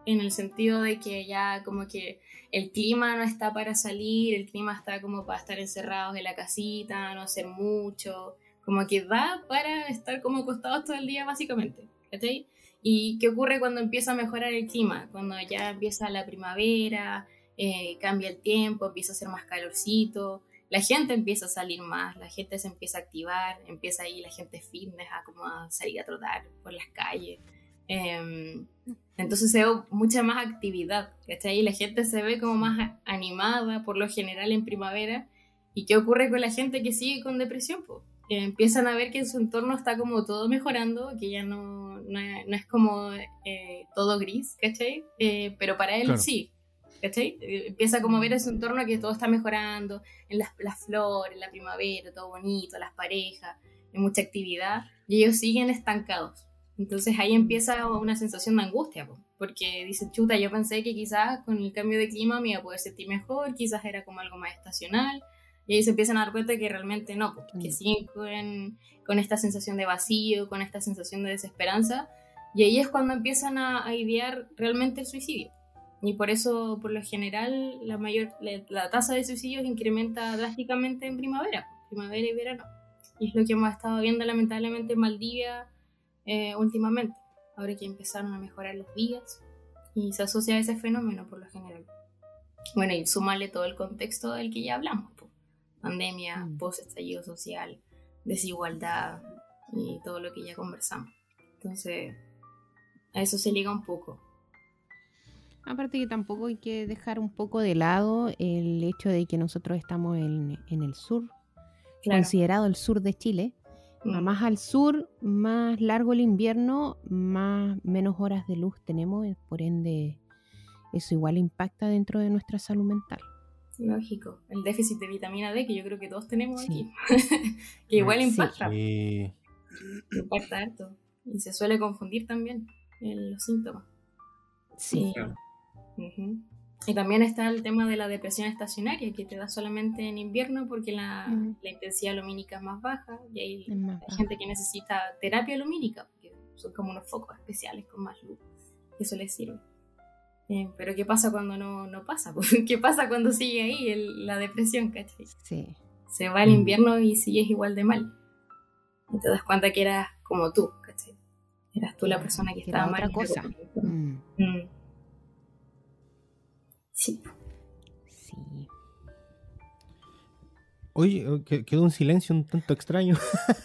en el sentido de que ya como que el clima no está para salir, el clima está como para estar encerrados en la casita, no hacer mucho, como que da para estar como acostados todo el día básicamente, ¿cachai? ¿Y qué ocurre cuando empieza a mejorar el clima? Cuando ya empieza la primavera, eh, cambia el tiempo, empieza a hacer más calorcito, la gente empieza a salir más, la gente se empieza a activar, empieza ahí la gente fitness a como a salir a trotar por las calles. Eh, entonces se ve mucha más actividad, ¿cachai? Y la gente se ve como más animada por lo general en primavera. ¿Y qué ocurre con la gente que sigue con depresión? Pues eh, empiezan a ver que en su entorno está como todo mejorando, que ya no, no, es, no es como eh, todo gris, ¿cachai? Eh, pero para él claro. sí, ¿cachai? Empieza como a ver en su entorno que todo está mejorando, en las, las flores, la primavera, todo bonito, las parejas, hay mucha actividad, y ellos siguen estancados. Entonces ahí empieza una sensación de angustia, porque dicen, chuta, yo pensé que quizás con el cambio de clima me iba a poder sentir mejor, quizás era como algo más estacional, y ahí se empiezan a dar cuenta que realmente no, que siguen con, con esta sensación de vacío, con esta sensación de desesperanza, y ahí es cuando empiezan a, a idear realmente el suicidio. Y por eso, por lo general, la mayor la, la tasa de suicidios incrementa drásticamente en primavera, primavera y verano. Y es lo que hemos estado viendo lamentablemente en Maldivia eh, últimamente. Ahora que empezaron a mejorar los días y se asocia a ese fenómeno por lo general. Bueno, y súmale todo el contexto del que ya hablamos, pues. Pandemia, mm. post-estallido social, desigualdad y todo lo que ya conversamos. Entonces, a eso se liga un poco. Aparte que tampoco hay que dejar un poco de lado el hecho de que nosotros estamos en, en el sur, claro. considerado el sur de Chile. Mm. Más al sur, más largo el invierno, más menos horas de luz tenemos, por ende eso igual impacta dentro de nuestra salud mental. Lógico, el déficit de vitamina D que yo creo que todos tenemos sí. aquí, que igual impacta, sí. impacta harto y se suele confundir también en los síntomas. Sí. Claro. Uh-huh. Y también está el tema de la depresión estacionaria que te da solamente en invierno porque la, uh-huh. la intensidad lumínica es más baja y hay, hay gente que necesita terapia lumínica porque son como unos focos especiales con más luz, eso les sirve. Eh, pero ¿qué pasa cuando no, no pasa? ¿Qué pasa cuando sigue ahí el, la depresión, ¿cachai? Sí. Se va el invierno y sigues igual de mal y te das cuenta que eras como tú, ¿cachai? Eras tú la persona que, que estaba mal. Otra cosa. Mm. Mm. Sí. Sí. Oye, quedó un silencio un tanto extraño.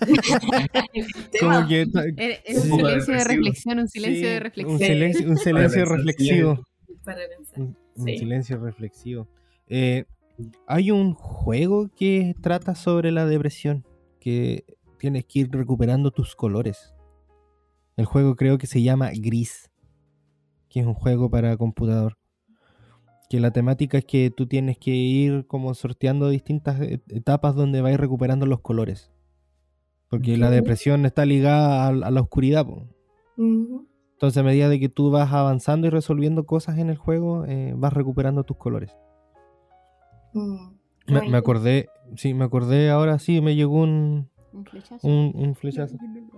Como que, es un silencio de reflexión, un silencio sí, de reflexión. Un silencio, un silencio reflexivo. Para pensar. Un, un sí. silencio reflexivo. Eh, hay un juego que trata sobre la depresión, que tienes que ir recuperando tus colores. El juego creo que se llama Gris, que es un juego para computador. Que la temática es que tú tienes que ir como sorteando distintas etapas donde vas recuperando los colores. Porque okay. la depresión está ligada a, a la oscuridad. Uh-huh. Entonces a medida de que tú vas avanzando y resolviendo cosas en el juego, eh, vas recuperando tus colores. Uh-huh. Me, me acordé, sí, me acordé ahora sí, me llegó un... Un flechazo. Un, un flechazo.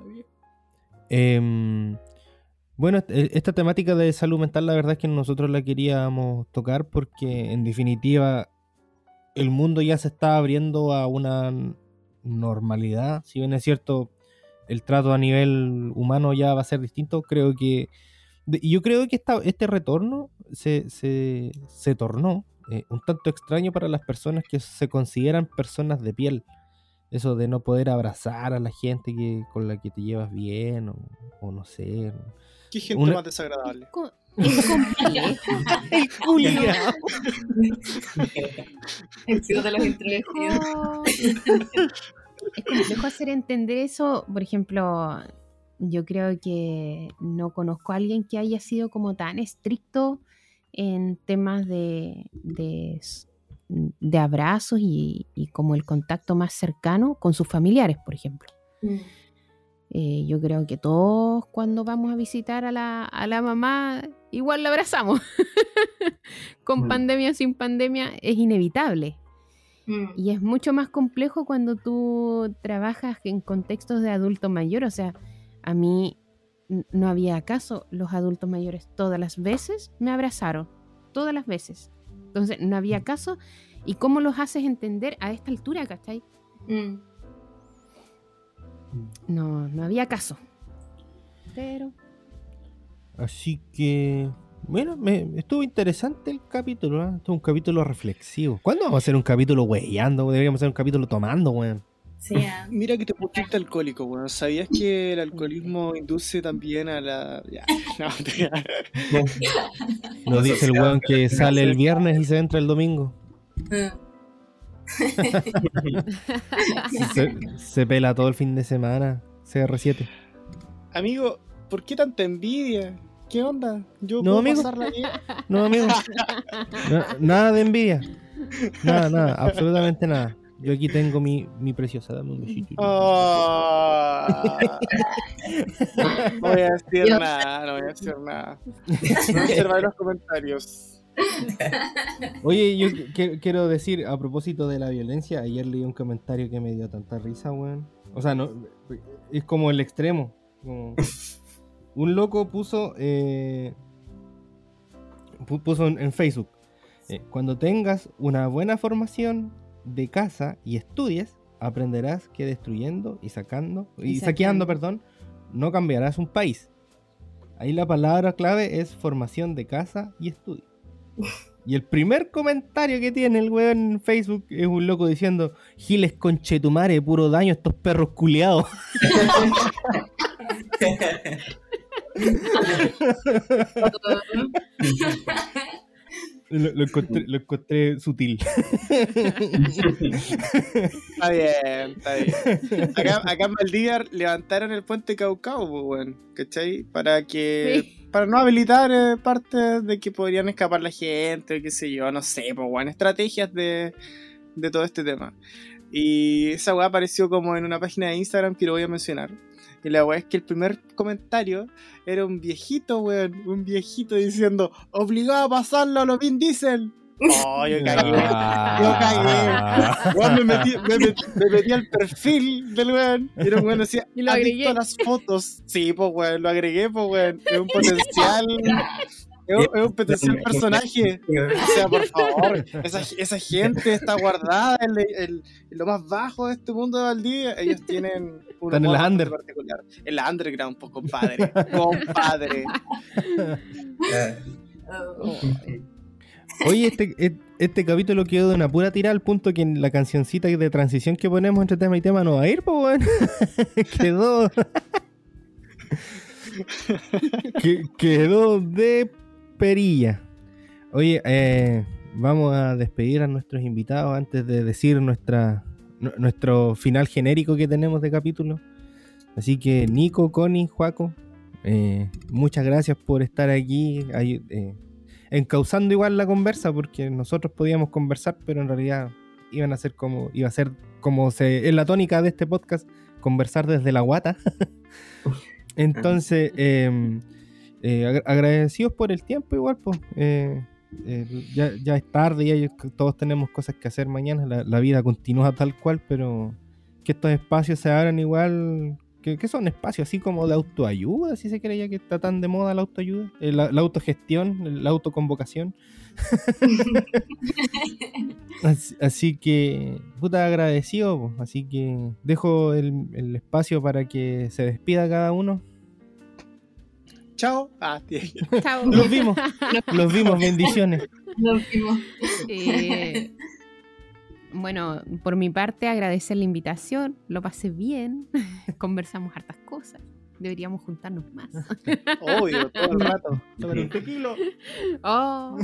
Eh, bueno, esta temática de salud mental la verdad es que nosotros la queríamos tocar porque en definitiva el mundo ya se está abriendo a una normalidad. Si bien es cierto, el trato a nivel humano ya va a ser distinto, creo que... Y yo creo que esta, este retorno se, se, se tornó eh, un tanto extraño para las personas que se consideran personas de piel. Eso de no poder abrazar a la gente que, con la que te llevas bien o, o no sé... ¿Qué gente una... más desagradable? Es complejo. El culiao. El de los introvertidos. Es complejo hacer entender eso. Por ejemplo, yo creo que no conozco a alguien que haya sido como tan estricto en temas de, de, de abrazos y, y como el contacto más cercano con sus familiares, por ejemplo. Mm. Eh, yo creo que todos cuando vamos a visitar a la, a la mamá igual la abrazamos. Con mm. pandemia o sin pandemia es inevitable. Mm. Y es mucho más complejo cuando tú trabajas en contextos de adulto mayor. O sea, a mí no había caso. Los adultos mayores todas las veces me abrazaron, todas las veces. Entonces no había caso. ¿Y cómo los haces entender a esta altura, cachai? Mm. No, no había caso. Pero... Así que... Bueno, me, estuvo interesante el capítulo, ¿eh? Estuvo un capítulo reflexivo. ¿Cuándo vamos a hacer un capítulo weyando? Deberíamos hacer un capítulo tomando, weón. Sí, uh. Mira que te pusiste alcohólico, weón. ¿Sabías que el alcoholismo induce también a la... Ya, no, te... Nos dice el weón que sale el viernes y se entra el domingo. se, se pela todo el fin de semana. C R siete. Amigo, ¿por qué tanta envidia? ¿Qué onda? Yo no, puedo amigo. pasarla bien. No, amigo. No, nada de envidia. Nada, nada, absolutamente nada. Yo aquí tengo mi, mi preciosa, dame un besito. Oh. No voy a decir nada, no voy a decir nada. No observar los comentarios. Oye, yo qu- quiero decir, a propósito de la violencia, ayer leí un comentario que me dio tanta risa, weón. O sea, no, es como el extremo. Como... Un loco puso eh, puso en Facebook eh, cuando tengas una buena formación de casa y estudies, aprenderás que destruyendo y sacando y, y saqueando, perdón, no cambiarás un país. Ahí la palabra clave es formación de casa y estudio. Y el primer comentario que tiene el weón en Facebook es un loco diciendo: Giles conchetumare, puro daño estos perros culiados. Lo, lo, encontré, lo encontré sutil. Está bien, está bien. Acá, acá en Valdivia levantaron el puente Caucao, pues, bueno, ¿cachai? Para que... Sí. Para no habilitar eh, partes de que podrían escapar la gente, qué sé yo, no sé, pues, bueno, estrategias de, de todo este tema. Y esa weá apareció como en una página de Instagram que lo voy a mencionar. Y la weá es que el primer comentario era un viejito, weón, un viejito diciendo: obligado a pasarlo a los Vin Diesel. Oh, yo cagué, yo cagué. Weón, me metí, me, metí, me metí al perfil del weón. Y era un weón decía: y lo ¿has agregué? visto las fotos? Sí, pues weón, lo agregué, pues weón. Es un potencial. Es un, es un potencial personaje. O sea, por favor, esa, esa gente está guardada en, el, en lo más bajo de este mundo de Valdivia. Ellos tienen un Están en la under. particular. En la underground, pues, compadre. Compadre. Oh. Oye, este, este capítulo quedó de una pura tirada al punto que en la cancioncita de transición que ponemos entre tema y tema no va a ir, pues bueno. Quedó. que, quedó de perilla. Oye, eh, vamos a despedir a nuestros invitados antes de decir nuestra n- nuestro final genérico que tenemos de capítulo. Así que Nico, Connie, Juaco, eh, muchas gracias por estar aquí ahí, eh, encauzando igual la conversa, porque nosotros podíamos conversar, pero en realidad iban a ser como iba a ser como se es la tónica de este podcast, conversar desde la guata. Entonces, eh, eh, ag- agradecidos por el tiempo igual, pues. Eh, eh, ya, ya es tarde, ya todos tenemos cosas que hacer mañana, la, la vida continúa tal cual, pero que estos espacios se abran igual, que, que son espacios así como de autoayuda, si se cree ya que está tan de moda la autoayuda, eh, la, la autogestión, la autoconvocación. así, así que, puta, agradecido, pues. Así que dejo el, el espacio para que se despida cada uno. Chao. Ah, tío. Chao. Los vimos, los vimos, bendiciones. Nos vimos. Eh, bueno, por mi parte agradecer la invitación, lo pasé bien, conversamos hartas cosas, deberíamos juntarnos más. Obvio, todo el rato. Sobre un tequilo. Oh.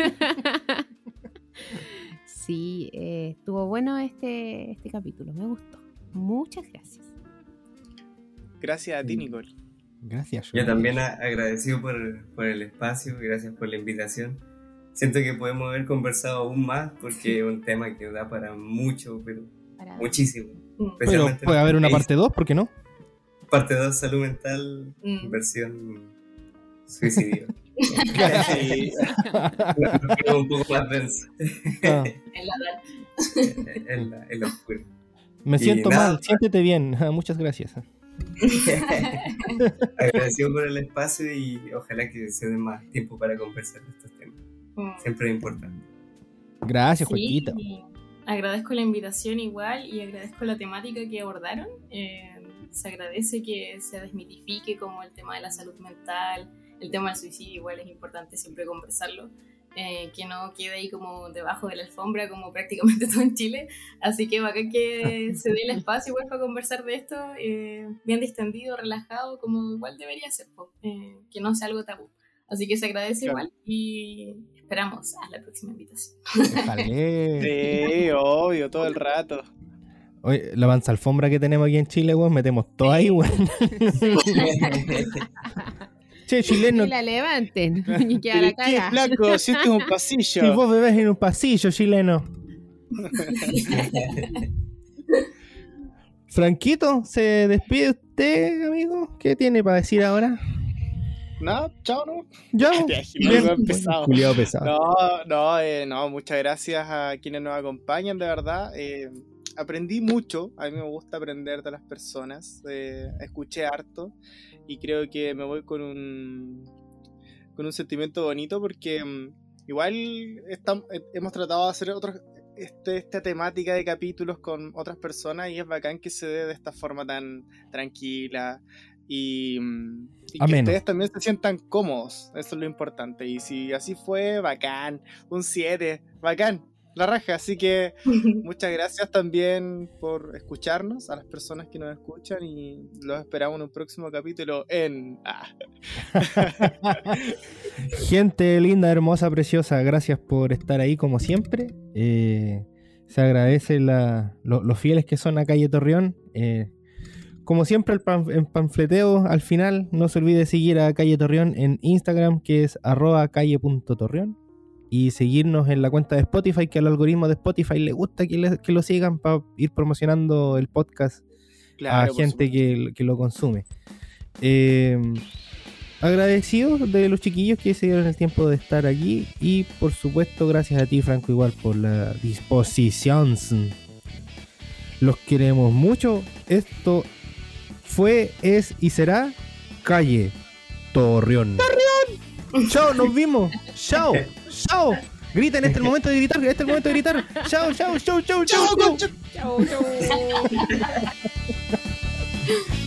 Sí, eh, estuvo bueno este, este capítulo, me gustó. Muchas gracias. Gracias a ti, Nicole. Gracias. Yo también a- agradecido por, por el espacio, gracias por la invitación. Siento que podemos haber conversado aún más porque es un tema que da para mucho, pero Para- muchísimo. Mm. Pero Especialmente puede en haber una este parte dos, ¿por qué no? país. Parte dos, salud mental, Mm. versión suicidio. Sí. Pero un poco más denso, Ah, En la dark. en la, en la oscura. me Y siento nada. mal, siéntete bien. Ah, muchas gracias. Agradecido por el espacio y ojalá que se den más tiempo para conversar de estos temas. Siempre es importante. Gracias, Sí, Joaquita. agradezco la invitación igual y agradezco la temática que abordaron. Eh, se agradece que se desmitifique como el tema de la salud mental, el tema del suicidio igual es importante siempre conversarlo. Eh, que no quede ahí como debajo de la alfombra como prácticamente todo en Chile, así que bacán que se dé el espacio igual para conversar de esto, eh, bien distendido, relajado, como igual debería ser, pues, eh, que no sea algo tabú, así que se agradece claro. Igual y esperamos a la próxima invitación. Sí, obvio, todo el rato. Oye, la mansa alfombra que tenemos aquí en Chile, weón, metemos todo ahí, weón. Che, chileno. Que la levanten y queda la ¿Qué, caga. flaco? Si este es un pasillo. Si vos bebés en un pasillo, chileno. Franquito, ¿se despide usted, amigo? ¿Qué tiene para decir ahora? No, chao, no. Ya, bien pesado. Culiado pesado. No, no, eh, no, muchas gracias a quienes nos acompañan, de verdad. Eh, aprendí mucho, a mí me gusta aprender de las personas, eh, escuché harto y creo que me voy con un con un sentimiento bonito porque um, igual estamos, hemos tratado de hacer otros este, esta temática de capítulos con otras personas y es bacán que se dé de esta forma tan tranquila y, y que ustedes también se sientan cómodos, eso es lo importante, y si así fue, bacán, un siete, bacán, la raja, así que muchas gracias también por escucharnos, a las personas que nos escuchan y los esperamos en un próximo capítulo en... Ah. Gente linda, hermosa, preciosa, gracias por estar ahí como siempre, eh, se agradece la, lo, los fieles que son a Calle Torreón, eh, como siempre el pan, en panfleteo al final, no se olvide seguir a Calle Torreón en Instagram, que es arroba calle punto torreón. Y seguirnos en la cuenta de Spotify, que al algoritmo de Spotify le gusta que, le, que lo sigan para ir promocionando el podcast claro, a gente que, que lo consume. Eh, agradecido de los chiquillos que se dieron el tiempo de estar aquí. Y por supuesto, gracias a ti, Franco, igual por la disposición. Los queremos mucho. Esto fue, es y será Calle Torreón. ¡Torreón! ¡Chao! ¡Nos vimos! ¡Chao! ¡Chao! Griten, este es el momento de gritar, este es el momento de gritar. ¡Chao, chao, chao, chao, chao! ¡Chao, chao! ¡Chao, chao!